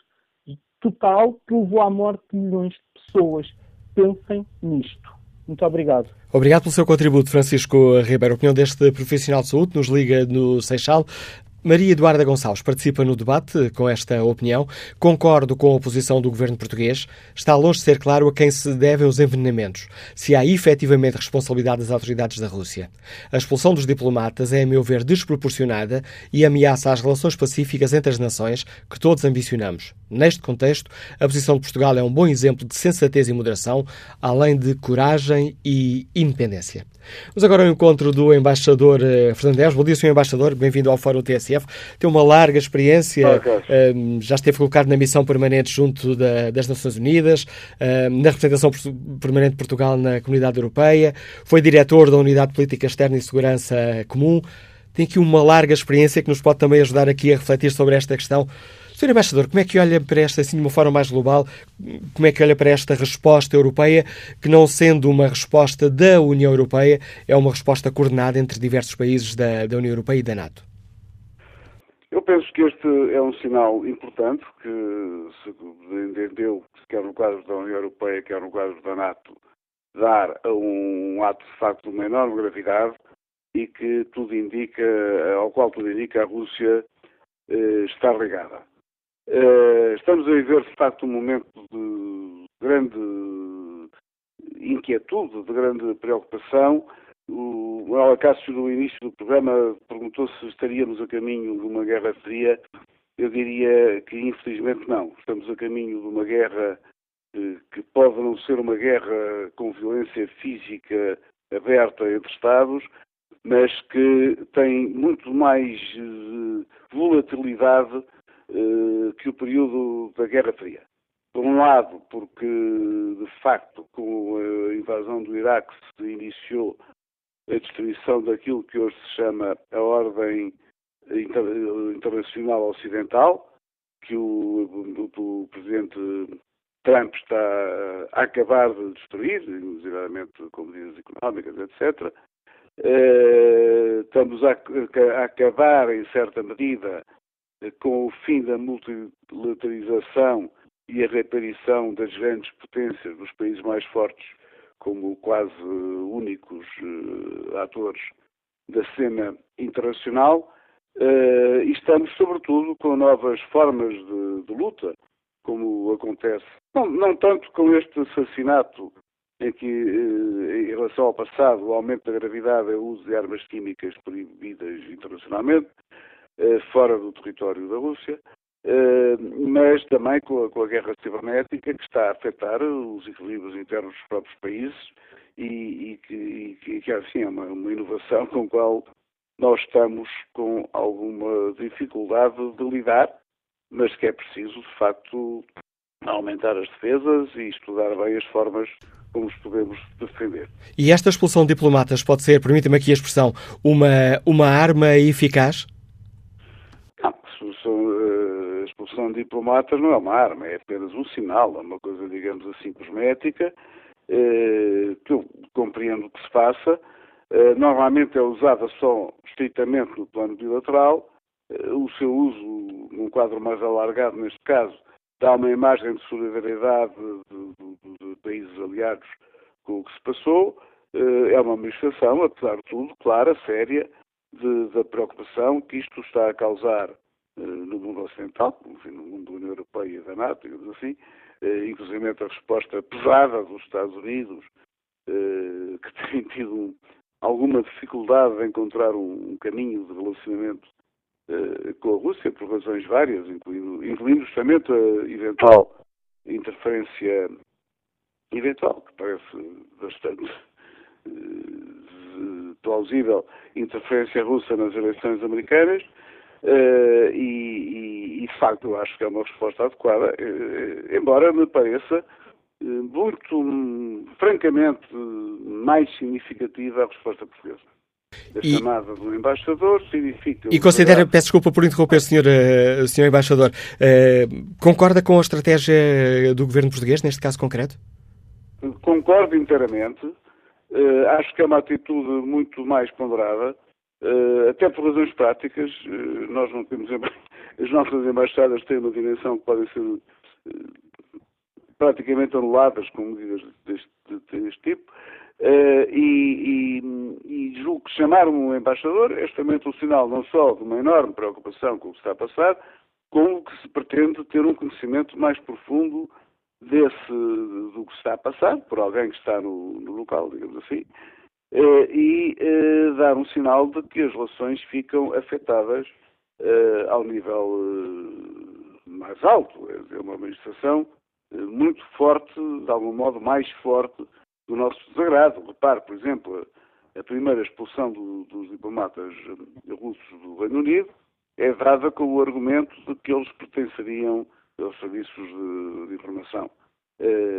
total que levou à morte de milhões de pessoas. Pensem nisto. Muito obrigado. Obrigado pelo seu contributo, Francisco Ribeiro. A opinião deste profissional de saúde nos liga no Seixal. Maria Eduarda Gonçalves participa no debate com esta opinião. Concordo com a posição do governo português. Está longe de ser claro a quem se devem os envenenamentos, se há efetivamente responsabilidade das autoridades da Rússia. A expulsão dos diplomatas é, a meu ver, desproporcionada e ameaça às relações pacíficas entre as nações que todos ambicionamos. Neste contexto, a posição de Portugal é um bom exemplo de sensatez e moderação, além de coragem e independência. Vamos agora ao encontro do embaixador uh, Fernando Neves. Bom dia, senhor Embaixador. Bem-vindo ao Fórum T S F. Tem uma larga experiência, uh, já esteve colocado na missão permanente junto da, das Nações Unidas, uh, na representação permanente de Portugal na Comunidade Europeia, foi diretor da Unidade de Política Externa e Segurança Comum. Tem aqui uma larga experiência que nos pode também ajudar aqui a refletir sobre esta questão. senhor Embaixador, como é que olha para esta, assim, de uma forma mais global, como é que olha para esta resposta europeia, que não sendo uma resposta da União Europeia, é uma resposta coordenada entre diversos países da, da União Europeia e da NATO? Eu penso que este é um sinal importante que se entendeu, quer no quadro da União Europeia, quer no quadro da NATO, dar a um ato de facto de uma enorme gravidade e que tudo indica, ao qual tudo indica a Rússia eh, está ligada. Eh, estamos a viver de facto um momento de grande inquietude, de grande preocupação. O Manuel Acácio, no início do programa, perguntou se estaríamos a caminho de uma guerra fria. Eu diria que, infelizmente, não. Estamos a caminho de uma guerra eh, que pode não ser uma guerra com violência física aberta entre Estados, mas que tem muito mais eh, volatilidade eh, que o período da Guerra Fria. Por um lado, porque, de facto, com a invasão do Iraque se iniciou a destruição daquilo que hoje se chama a ordem inter internacional ocidental, que o, o, o presidente Trump está a acabar de destruir, inclusivamente com medidas económicas, etcétera. Uh, estamos a, a acabar, em certa medida, com o fim da multilateralização e a reaparição das grandes potências dos países mais fortes como quase únicos uh, atores da cena internacional, uh, e estamos, sobretudo, com novas formas de, de luta, como acontece, não, não tanto com este assassinato, em que, uh, em relação ao passado, o aumento da gravidade é o uso de armas químicas proibidas internacionalmente, uh, fora do território da Rússia, Uh, mas também com a, com a guerra cibernética, que está a afetar os equilíbrios internos dos próprios países e, e, que, e que, que assim, é uma, uma inovação com a qual nós estamos com alguma dificuldade de lidar, mas que é preciso, de facto, aumentar as defesas e estudar bem as formas como os podemos defender. E esta expulsão de diplomatas pode ser, permita-me aqui a expressão, uma, uma arma eficaz? Não, a expulsão, a expulsão de diplomatas não é uma arma, é apenas um sinal, é uma coisa, digamos assim, cosmética, eh, que eu compreendo que se faça. Eh, normalmente é usada só estritamente no plano bilateral. Eh, o seu uso, num quadro mais alargado, neste caso, dá uma imagem de solidariedade de, de, de países aliados com o que se passou. Eh, é uma manifestação, apesar de tudo, clara, séria, De, da preocupação que isto está a causar uh, no mundo ocidental, enfim, no mundo da União Europeia e da NATO, digamos assim, uh, inclusive a resposta pesada dos Estados Unidos, uh, que têm tido alguma dificuldade de encontrar um, um caminho de relacionamento uh, com a Rússia, por razões várias, incluindo, incluindo justamente a eventual interferência, eventual, que parece bastante uh, plausível, interferência russa nas eleições americanas, uh, e, e, e de facto eu acho que é uma resposta adequada, uh, embora me pareça uh, muito, um, francamente, mais significativa a resposta portuguesa. A e, chamada do embaixador significa... E considera, peço desculpa por interromper, senhor, uh, senhor embaixador, uh, concorda com a estratégia do governo português, neste caso concreto? Concordo inteiramente. Uh, acho que é uma atitude muito mais ponderada, uh, até por razões práticas. Uh, nós não temos, as nossas embaixadas têm uma dimensão que podem ser uh, praticamente anuladas com medidas deste, deste tipo, uh, e, e, e julgo que chamar um embaixador é justamente um sinal não só de uma enorme preocupação com o que está a passar, como que se pretende ter um conhecimento mais profundo desse, do que se está a passar, por alguém que está no, no local, digamos assim, eh, e eh, dar um sinal de que as relações ficam afetadas eh, ao nível eh, mais alto. É dizer, uma manifestação eh, muito forte, de algum modo mais forte, do nosso desagrado. Repare, por exemplo, a, a primeira expulsão do, dos diplomatas russos do Reino Unido é dada com o argumento de que eles pertenceriam aos serviços de, de informação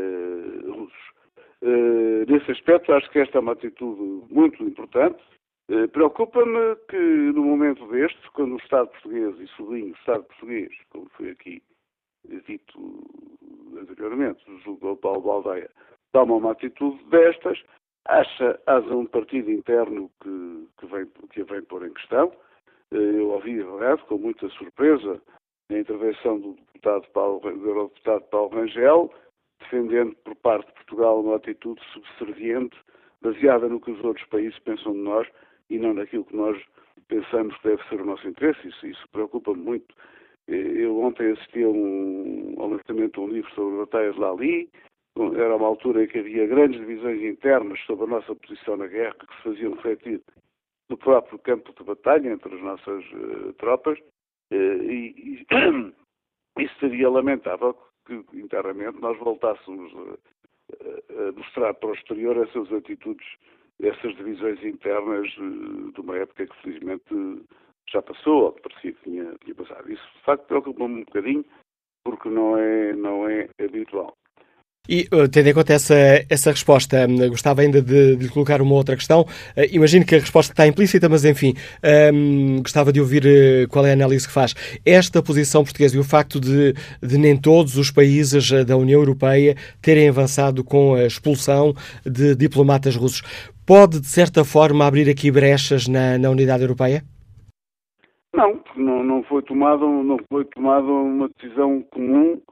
eh, russos. Eh, nesse aspecto, acho que esta é uma atitude muito importante, Uh, preocupa-me que no momento deste, quando o Estado português, e sublinho o Estado português, como foi aqui dito anteriormente, julgo ao Paulo Baldeia, toma uma atitude destas, acha, haja um partido interno que, que, vem, que a vem pôr em questão. Eu ouvi, verdade, com muita surpresa, a intervenção do deputado Paulo, do eurodeputado Paulo Rangel, defendendo por parte de Portugal uma atitude subserviente, baseada no que os outros países pensam de nós e não naquilo que nós pensamos que deve ser o nosso interesse. Isso, isso preocupa-me muito. Eu ontem assisti a um, ao lançamento de um livro sobre batalhas de Lali. Era uma altura em que havia grandes divisões internas sobre a nossa posição na guerra, que se faziam refletir no próprio campo de batalha entre as nossas uh, tropas. Uh, e, e isso seria lamentável que internamente nós voltássemos a, a mostrar para o exterior essas atitudes, essas divisões internas uh, de uma época que felizmente já passou, ou que parecia que tinha, tinha passado. Isso de facto preocupa-me um bocadinho, porque não é, não é habitual. E, tendo em conta essa, essa resposta, gostava ainda de, de lhe colocar uma outra questão. Uh, imagino que a resposta está implícita, mas enfim, um, gostava de ouvir uh, qual é a análise que faz. Esta posição portuguesa e o facto de, de nem todos os países da União Europeia terem avançado com a expulsão de diplomatas russos, pode, de certa forma, abrir aqui brechas na, na unidade europeia? Não, não, não foi tomada não foi tomada uma decisão comum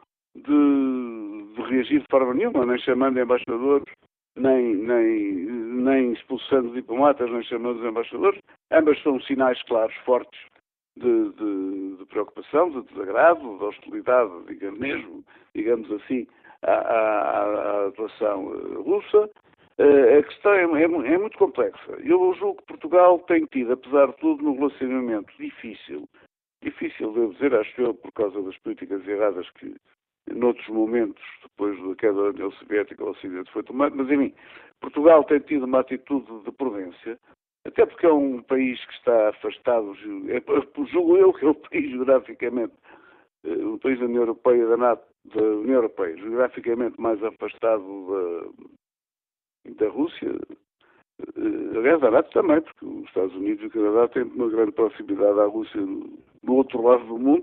de, de reagir de forma nenhuma, nem chamando embaixadores, nem, nem, nem expulsando diplomatas, nem chamando os embaixadores. Ambas são sinais claros, fortes, de, de, de preocupação, de desagrado, de hostilidade, digamos, mesmo, digamos assim, à, à, à atuação russa. A questão é, é, é muito complexa. Eu julgo que Portugal tem tido, apesar de tudo, num relacionamento difícil, difícil, devo dizer, acho eu, por causa das políticas erradas que, noutros momentos, depois da queda da União Soviética, o Ocidente foi tomado, mas, enfim, Portugal tem tido uma atitude de prudência, até porque é um país que está afastado, é, julgo eu que é um país geograficamente, um país da União Europeia, da NATO, da União Europeia, geograficamente mais afastado da da Rússia, aliás, da NATO também, porque os Estados Unidos e o Canadá têm uma grande proximidade à Rússia do outro lado do mundo,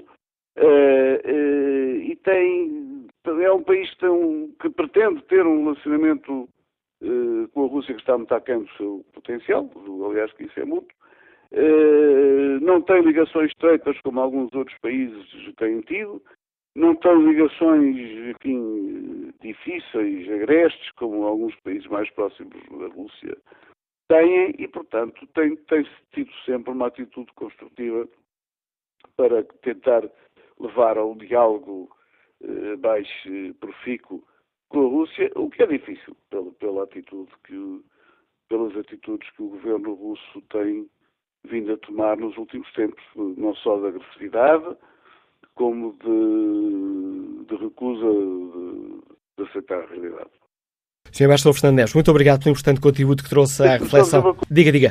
e tem, é um país que, tem um, que pretende ter um relacionamento com a Rússia que está muito aquém do seu potencial, aliás, que isso é mútuo, não tem ligações estreitas como alguns outros países têm tido, não tem ligações, enfim, difíceis, agrestes, como alguns países mais próximos da Rússia têm, e, portanto, tem, tem tido sempre uma atitude construtiva para tentar levar a um diálogo eh, mais eh, profícuo com a Rússia, o que é difícil, pela, pela atitude que, pelas atitudes que o governo russo tem vindo a tomar nos últimos tempos, não só de agressividade, como de, de recusa de, de aceitar a realidade. senhor Embaixador Fernando Neves, muito obrigado pelo importante contributo que trouxe à reflexão. Diga, diga.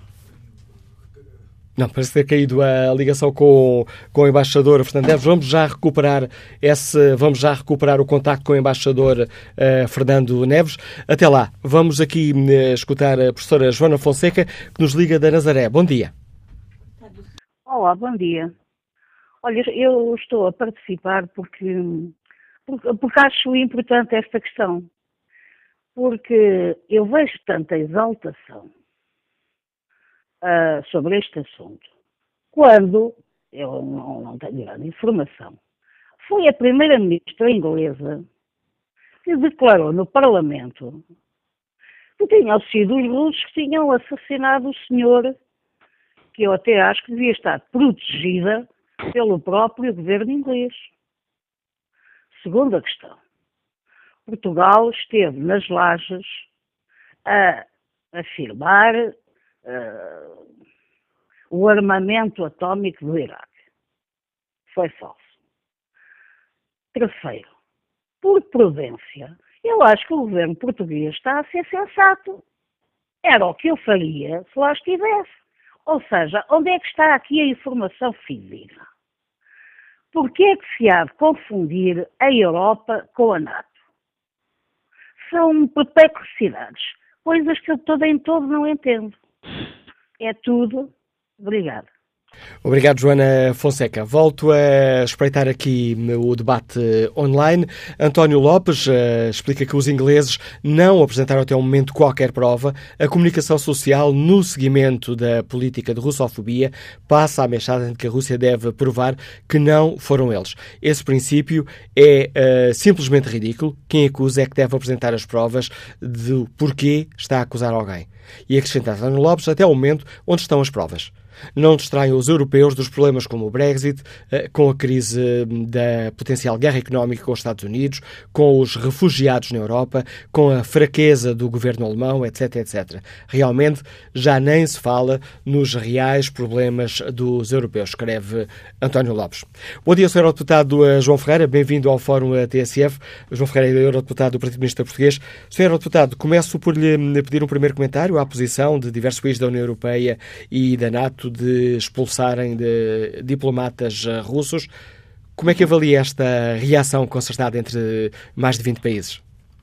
Não, parece ter caído a ligação com, com o Embaixador Fernando Neves. Vamos já recuperar esse, vamos já recuperar o contacto com o Embaixador uh, Fernando Neves. Até lá, vamos aqui uh, escutar a professora Joana Fonseca, que nos liga da Nazaré. Bom dia. Olá, bom dia. Olha, eu estou a participar porque, porque, porque acho importante esta questão. Porque eu vejo tanta exaltação uh, sobre este assunto, quando, eu não, não tenho grande informação, foi a primeira-ministra inglesa que declarou no Parlamento que tinham sido os russos que tinham assassinado o senhor, que eu até acho que devia estar protegida pelo próprio governo inglês. Segunda questão. Portugal esteve nas lajes a afirmar uh, o armamento atómico do Iraque. Foi falso. Terceiro, por prudência, eu acho que o governo português está a ser sensato. Era o que eu faria se lá estivesse. Ou seja, onde é que está aqui a informação fidedigna? Por que é que se há de confundir a Europa com a NATO? São perplexidades, coisas que eu todo em todo não entendo. É tudo. Obrigada. Obrigado, Joana Fonseca. Volto a espreitar aqui o debate online. António Lopes uh, explica que os ingleses não apresentaram até o momento qualquer prova. A comunicação social no seguimento da política de russofobia passa a mensagem de que a Rússia deve provar que não foram eles. Esse princípio é uh, simplesmente ridículo. Quem acusa é que deve apresentar as provas do porquê está a acusar alguém. E acrescenta António Lopes, até o momento, onde estão as provas? Não distraem os europeus dos problemas como o Brexit, com a crise da potencial guerra económica com os Estados Unidos, com os refugiados na Europa, com a fraqueza do governo alemão, etc, etcétera. Realmente já nem se fala nos reais problemas dos europeus, escreve António Lopes. Bom dia, senhor Eurodeputado João Ferreira, bem-vindo ao Fórum T S F. João Ferreira é Eurodeputado do Partido Comunista Português. senhor Eurodeputado, começo por lhe pedir um primeiro comentário à posição de diversos países da União Europeia e da NATO de expulsarem de diplomatas russos. Como é que avalia esta reação concertada entre mais de vinte países?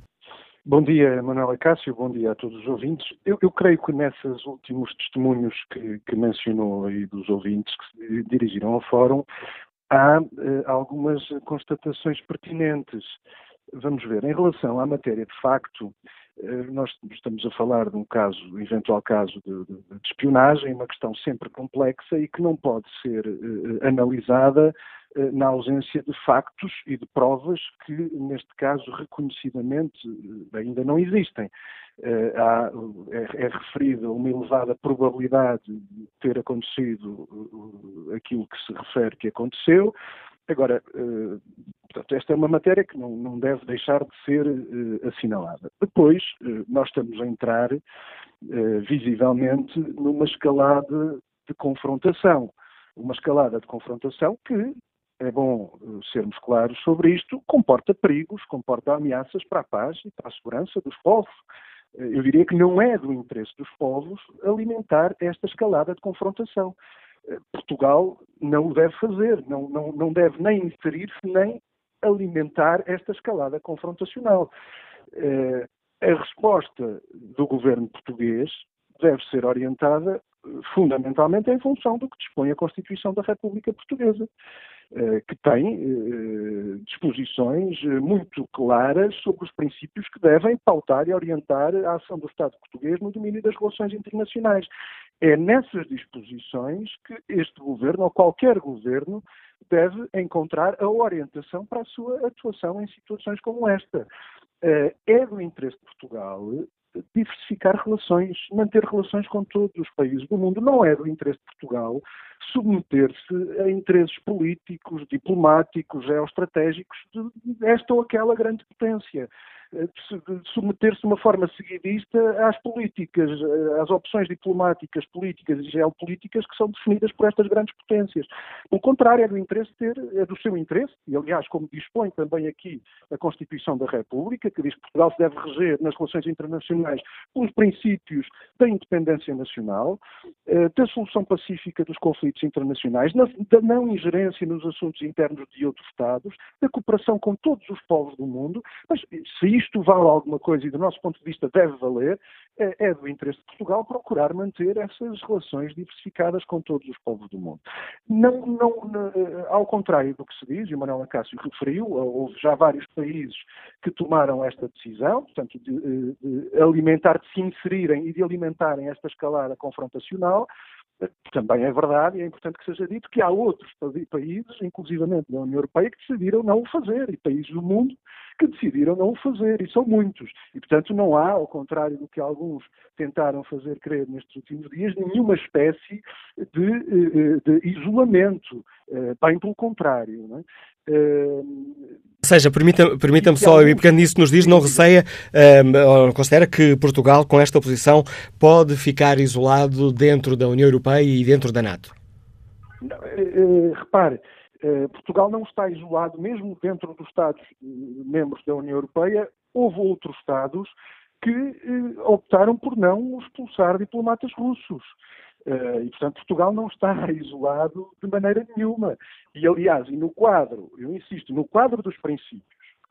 Bom dia, Manuela Cássio, bom dia a todos os ouvintes. Eu, eu creio que nesses últimos testemunhos que, que mencionou aí dos ouvintes que se dirigiram ao Fórum, há eh, algumas constatações pertinentes. Vamos ver, em relação à matéria de facto, nós estamos a falar de um caso, eventual caso de, de, de espionagem, uma questão sempre complexa e que não pode ser uh, analisada uh, na ausência de factos e de provas que, neste caso, reconhecidamente uh, ainda não existem. Uh, há, é, é referida uma elevada probabilidade de ter acontecido uh, aquilo que se refere que aconteceu. Agora, uh, portanto, esta é uma matéria que não, não deve deixar de ser uh, assinalada. Depois, uh, nós estamos a entrar uh, visivelmente numa escalada de confrontação. Uma escalada de confrontação que, é bom uh, sermos claros sobre isto, comporta perigos, comporta ameaças para a paz e para a segurança dos povos. Uh, eu diria que não é do interesse dos povos alimentar esta escalada de confrontação. Portugal não o deve fazer, não, não, não deve nem inserir-se nem alimentar esta escalada confrontacional. Eh, a resposta do governo português deve ser orientada fundamentalmente em função do que dispõe a Constituição da República Portuguesa, eh, que tem eh, disposições muito claras sobre os princípios que devem pautar e orientar a ação do Estado português no domínio das relações internacionais. É nessas disposições que este governo, ou qualquer governo, deve encontrar a orientação para a sua atuação em situações como esta. É do interesse de Portugal diversificar relações, manter relações com todos os países do mundo. Não é do interesse de Portugal submeter-se a interesses políticos, diplomáticos, geoestratégicos de esta ou aquela grande potência. De submeter-se de uma forma seguidista às políticas, às opções diplomáticas, políticas e geopolíticas que são definidas por estas grandes potências. Pelo contrário, é do interesse ter, é do seu interesse, e aliás, como dispõe também aqui a Constituição da República, que diz que Portugal se deve reger nas relações internacionais pelos princípios da independência nacional, da solução pacífica dos conflitos internacionais, da não ingerência nos assuntos internos de outros Estados, da cooperação com todos os povos do mundo. Mas se isto isto vale alguma coisa e, do nosso ponto de vista, deve valer, é, é do interesse de Portugal procurar manter essas relações diversificadas com todos os povos do mundo. Não, não, não, ao contrário do que se diz, e o Manuel Cássio referiu, houve já vários países que tomaram esta decisão, portanto, de, de alimentar, de se inserirem e de alimentarem esta escalada confrontacional. Também é verdade, e é importante que seja dito, que há outros países, inclusivamente da União Europeia, que decidiram não o fazer, e países do mundo que decidiram não o fazer, e são muitos. E, portanto, não há, ao contrário do que alguns tentaram fazer crer nestes últimos dias, nenhuma espécie de, de isolamento, bem pelo contrário, não é? Ou seja, permita-me permita só, e pegando nisso nos diz, não receia, um, considera que Portugal, com esta posição, pode ficar isolado dentro da União Europeia e dentro da NATO? Não, uh, repare, uh, Portugal não está isolado, mesmo dentro dos Estados uh, membros da União Europeia. Houve outros Estados que uh, optaram por não expulsar diplomatas russos. Uh, e, portanto, Portugal não está isolado de maneira nenhuma. E, aliás, e no quadro, eu insisto, no quadro dos princípios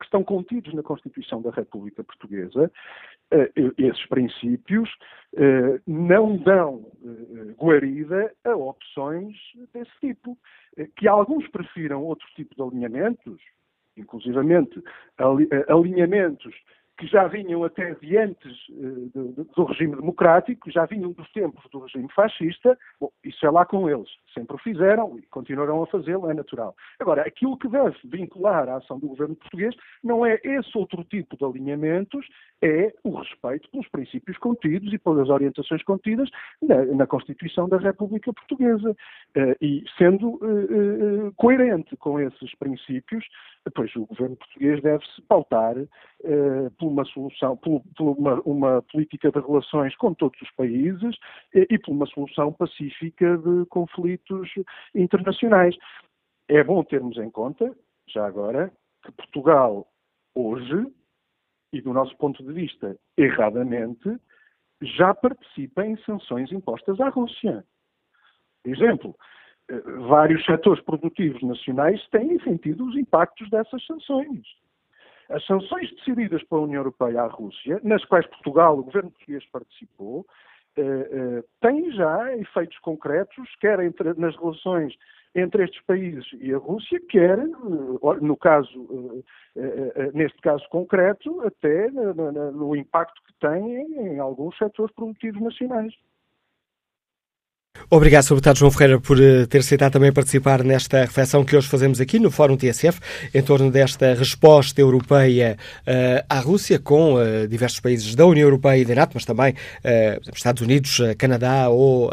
que estão contidos na Constituição da República Portuguesa, esses princípios não dão guarida a opções desse tipo. Que alguns prefiram outro tipo de alinhamentos, inclusivamente alinhamentos que já vinham até de antes uh, do regime democrático, já vinham dos tempos do regime fascista. Bom, isso é lá com eles. Sempre o fizeram e continuarão a fazê-lo, é natural. Agora, aquilo que deve vincular a ação do governo português não é esse outro tipo de alinhamentos, é o respeito pelos princípios contidos e pelas orientações contidas na, na Constituição da República Portuguesa. Uh, e sendo uh, uh, coerente com esses princípios, pois o governo português deve-se pautar uh, por uma solução, por, por uma, uma política de relações com todos os países e, e por uma solução pacífica de conflitos internacionais. É bom termos em conta, já agora, que Portugal hoje, e do nosso ponto de vista erradamente, já participa em sanções impostas à Rússia. Por exemplo, vários setores produtivos nacionais têm sentido os impactos dessas sanções. As sanções decididas pela União Europeia à Rússia, nas quais Portugal, o governo português participou, eh, eh, têm já efeitos concretos, quer entre, nas relações entre estes países e a Rússia, quer, no caso, neste caso concreto, até no impacto que tem em alguns setores produtivos nacionais. Obrigado, senhor Deputado João Ferreira, por ter aceitado também participar nesta reflexão que hoje fazemos aqui no Fórum T S F, em torno desta resposta europeia uh, à Rússia, com uh, diversos países da União Europeia e da NATO, mas também uh, Estados Unidos, uh, Canadá ou uh,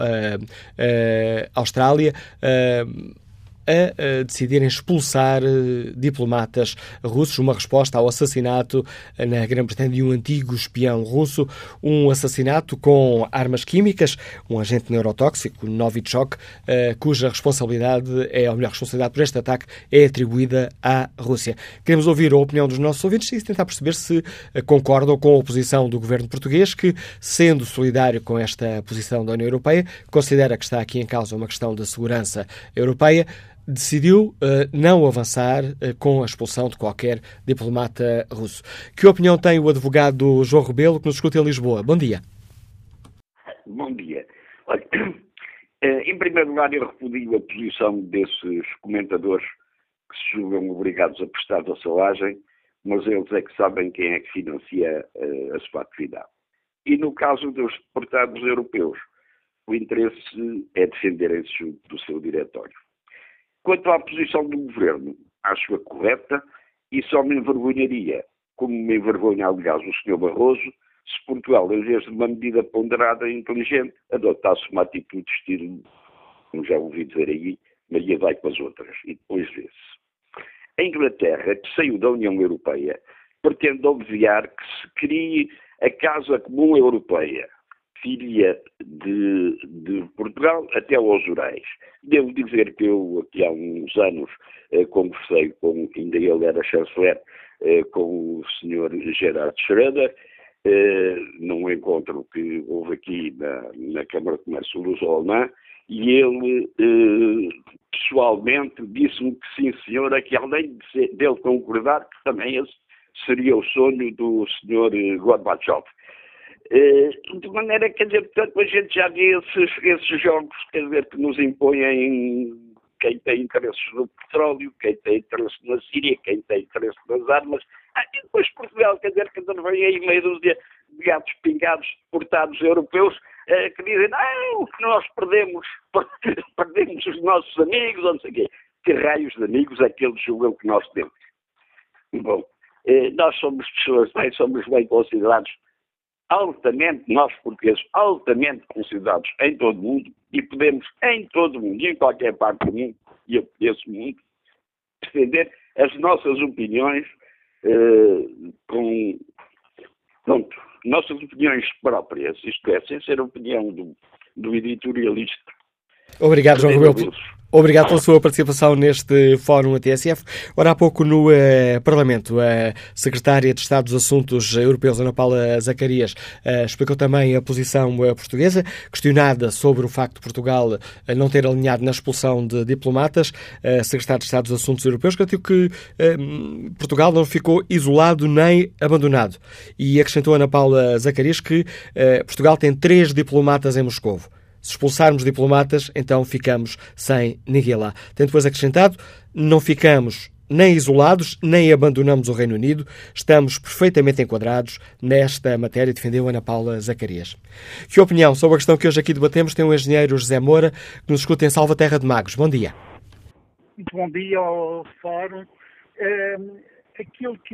uh, Austrália, uh, a decidirem expulsar diplomatas russos, uma resposta ao assassinato na Grã-Bretanha de um antigo espião russo, um assassinato com armas químicas, um agente neurotóxico, Novichok, cuja responsabilidade, é, ou melhor, responsabilidade por este ataque é atribuída à Rússia. Queremos ouvir a opinião dos nossos ouvintes e tentar perceber se concordam com a posição do governo português, que, sendo solidário com esta posição da União Europeia, considera que está aqui em causa uma questão de segurança europeia, decidiu uh, não avançar uh, com a expulsão de qualquer diplomata russo. Que opinião tem o advogado João Rebelo, que nos escuta em Lisboa? Bom dia. Bom dia. Olha, em primeiro lugar, eu repudio a posição desses comentadores que se julgam obrigados a prestar vassalagem, mas eles é que sabem quem é que financia uh, a sua atividade. E no caso dos deputados europeus, o interesse é defenderem-se junto do seu diretório. Quanto à posição do governo, acho-a correta e só me envergonharia, como me envergonha, aliás, o senhor Barroso, se Portugal, em vez de uma medida ponderada e inteligente, adotasse uma atitude de estilo, como já ouvi dizer aí, Maria vai com as outras, e depois vê-se. A Inglaterra, que saiu da União Europeia, pretende obviar que se crie a Casa Comum Europeia, filha de, de Portugal até aos Urais. Devo dizer que eu, aqui há uns anos, eh, conversei com, ainda ele era chanceler, eh, com o senhor Gerhard Schröder, eh, num encontro que houve aqui na, na Câmara de Comércio Luso-Alemã, e ele eh, pessoalmente disse-me que sim, senhora, que além de ser, dele concordar, que também esse seria o sonho do senhor Gorbachev. De maneira, quer dizer, portanto, a gente já vê esses, esses jogos, quer dizer, que nos impõem quem tem interesses no petróleo, quem tem interesse na Síria, quem tem interesse nas armas. Ah, e depois Portugal, quer dizer, que vem aí meio dúzia de gatos pingados, deportados europeus, eh, que dizem, não, que nós perdemos, perdemos os nossos amigos, ou não sei o quê. Que raios de amigos é que eles julgam que nós temos? Bom, eh, nós somos pessoas bem, somos bem considerados, altamente, nós portugueses, altamente considerados em todo o mundo, e podemos, em todo o mundo, e em qualquer parte do mundo, e eu conheço o mundo, defender as nossas opiniões eh, com, pronto, nossas opiniões próprias, isto é, sem ser a opinião do, do editorialista. Obrigado, João Rebelo. Obrigado pela sua participação neste Fórum A T S F. Ora, há pouco no uh, Parlamento, a Secretária de Estado dos Assuntos Europeus, Ana Paula Zacarias, uh, explicou também a posição uh, portuguesa, questionada sobre o facto de Portugal uh, não ter alinhado na expulsão de diplomatas. A Secretária de Estado dos Assuntos Europeus garantiu que uh, Portugal não ficou isolado nem abandonado. E acrescentou Ana Paula Zacarias que uh, Portugal tem três diplomatas em Moscovo. Se expulsarmos diplomatas, então ficamos sem ninguém lá. Tem depois acrescentado, não ficamos nem isolados, nem abandonamos o Reino Unido. Estamos perfeitamente enquadrados nesta matéria, defendeu Ana Paula Zacarias. Que opinião sobre a questão que hoje aqui debatemos tem o engenheiro José Moura, que nos escuta em Salvaterra de Magos. Bom dia. Muito bom dia ao Fórum. É, aquilo que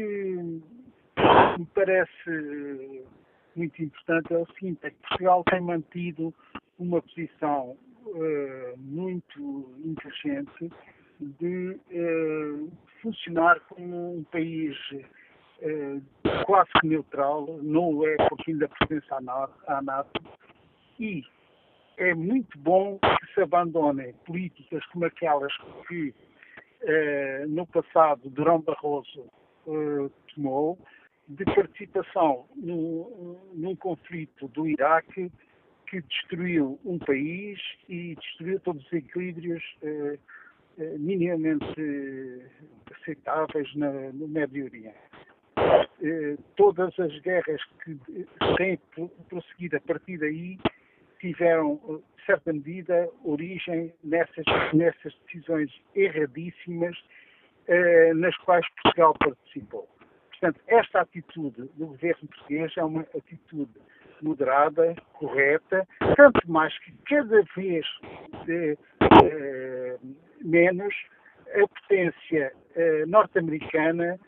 me parece muito importante é o seguinte, é que Portugal tem mantido uma posição uh, muito inteligente de uh, funcionar como um país uh, quase que neutral, não é porque ainda pertence à NATO, e é muito bom que se abandonem políticas como aquelas que uh, no passado Durão Barroso uh, tomou, de participação no, num conflito do Iraque que destruiu um país e destruiu todos os equilíbrios eh, eh, minimamente eh, aceitáveis na, no Médio Oriente. Eh, todas as guerras que têm prosseguido a partir daí tiveram, de certa medida, origem nessas, nessas decisões erradíssimas eh, nas quais Portugal participou. Portanto, esta atitude do governo português é uma atitude moderada, correta, tanto mais que cada vez de, eh, menos a potência eh, norte-americana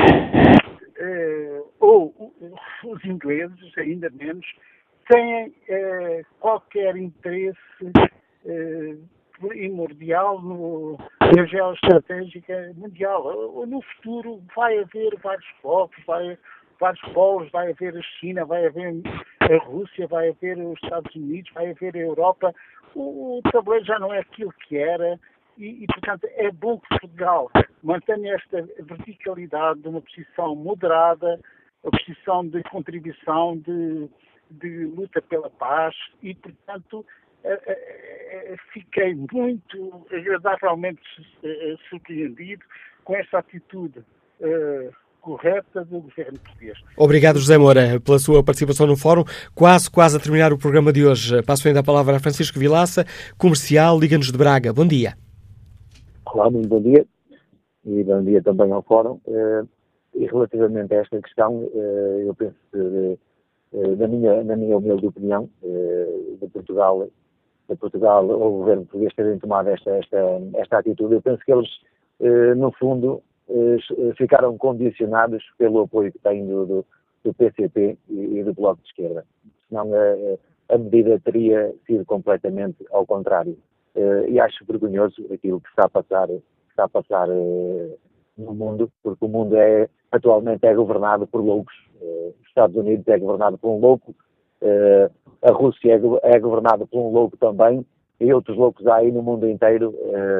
eh, ou os ingleses, ainda menos, têm eh, qualquer interesse eh, primordial no, na geoestratégica mundial. No futuro vai haver vários povos, vai vários polos, vai haver a China, vai haver a Rússia, vai haver os Estados Unidos, vai haver a Europa. O, o tabuleiro já não é aquilo que era e, e, portanto, é bom que Portugal mantenha esta verticalidade de uma posição moderada, a posição de contribuição, de, de luta pela paz e, portanto, fiquei muito agradavelmente surpreendido com esta atitude correta do governo português. Obrigado, José Moura, pela sua participação no Fórum. Quase, quase a terminar o programa de hoje. Passo ainda a palavra a Francisco Vilaça, comercial, Liga-nos de Braga. Bom dia. Olá, muito bom dia. E bom dia também ao Fórum. E relativamente a esta questão, eu penso que, na minha, na minha humilde opinião, de Portugal, de Portugal ou o governo português terem tomado esta, esta, esta atitude, eu penso que eles, no fundo, ficaram condicionados pelo apoio que têm do, do, do P C P e, e do Bloco de Esquerda. Senão a, a medida teria sido completamente ao contrário. E acho vergonhoso aquilo que está a passar, que está a passar no mundo, porque o mundo é, atualmente é governado por loucos. Os Estados Unidos é governado por um louco, a Rússia é, é governada por um louco também, e outros loucos há aí no mundo inteiro.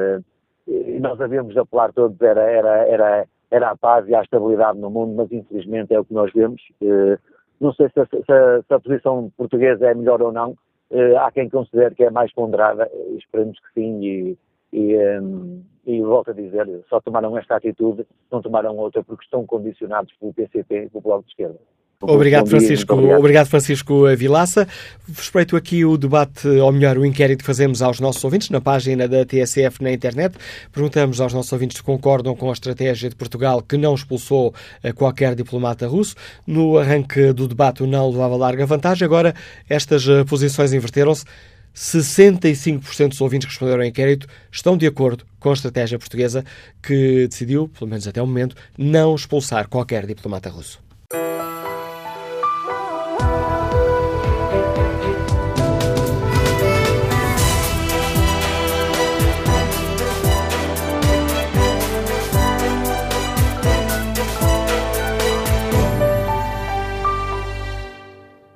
E nós havíamos de apelar todos, era, era, era, era a paz e a estabilidade no mundo, mas infelizmente é o que nós vemos. Não sei se a, se a, se a posição portuguesa é melhor ou não, há quem considere que é mais ponderada, esperemos que sim, e, e, um, e volto a dizer, só tomaram esta atitude, não tomaram outra, porque estão condicionados pelo P C P e pelo Bloco de Esquerda. Obrigado, Francisco. Obrigado. Obrigado, Francisco Vilaça. Respeito aqui o debate, ou melhor, o inquérito que fazemos aos nossos ouvintes na página da T S F na internet. Perguntamos aos nossos ouvintes se concordam com a estratégia de Portugal, que não expulsou qualquer diplomata russo. No arranque do debate, o não levava larga vantagem. Agora, estas posições inverteram-se. sessenta e cinco por cento dos ouvintes que responderam ao inquérito estão de acordo com a estratégia portuguesa, que decidiu, pelo menos até o momento, não expulsar qualquer diplomata russo.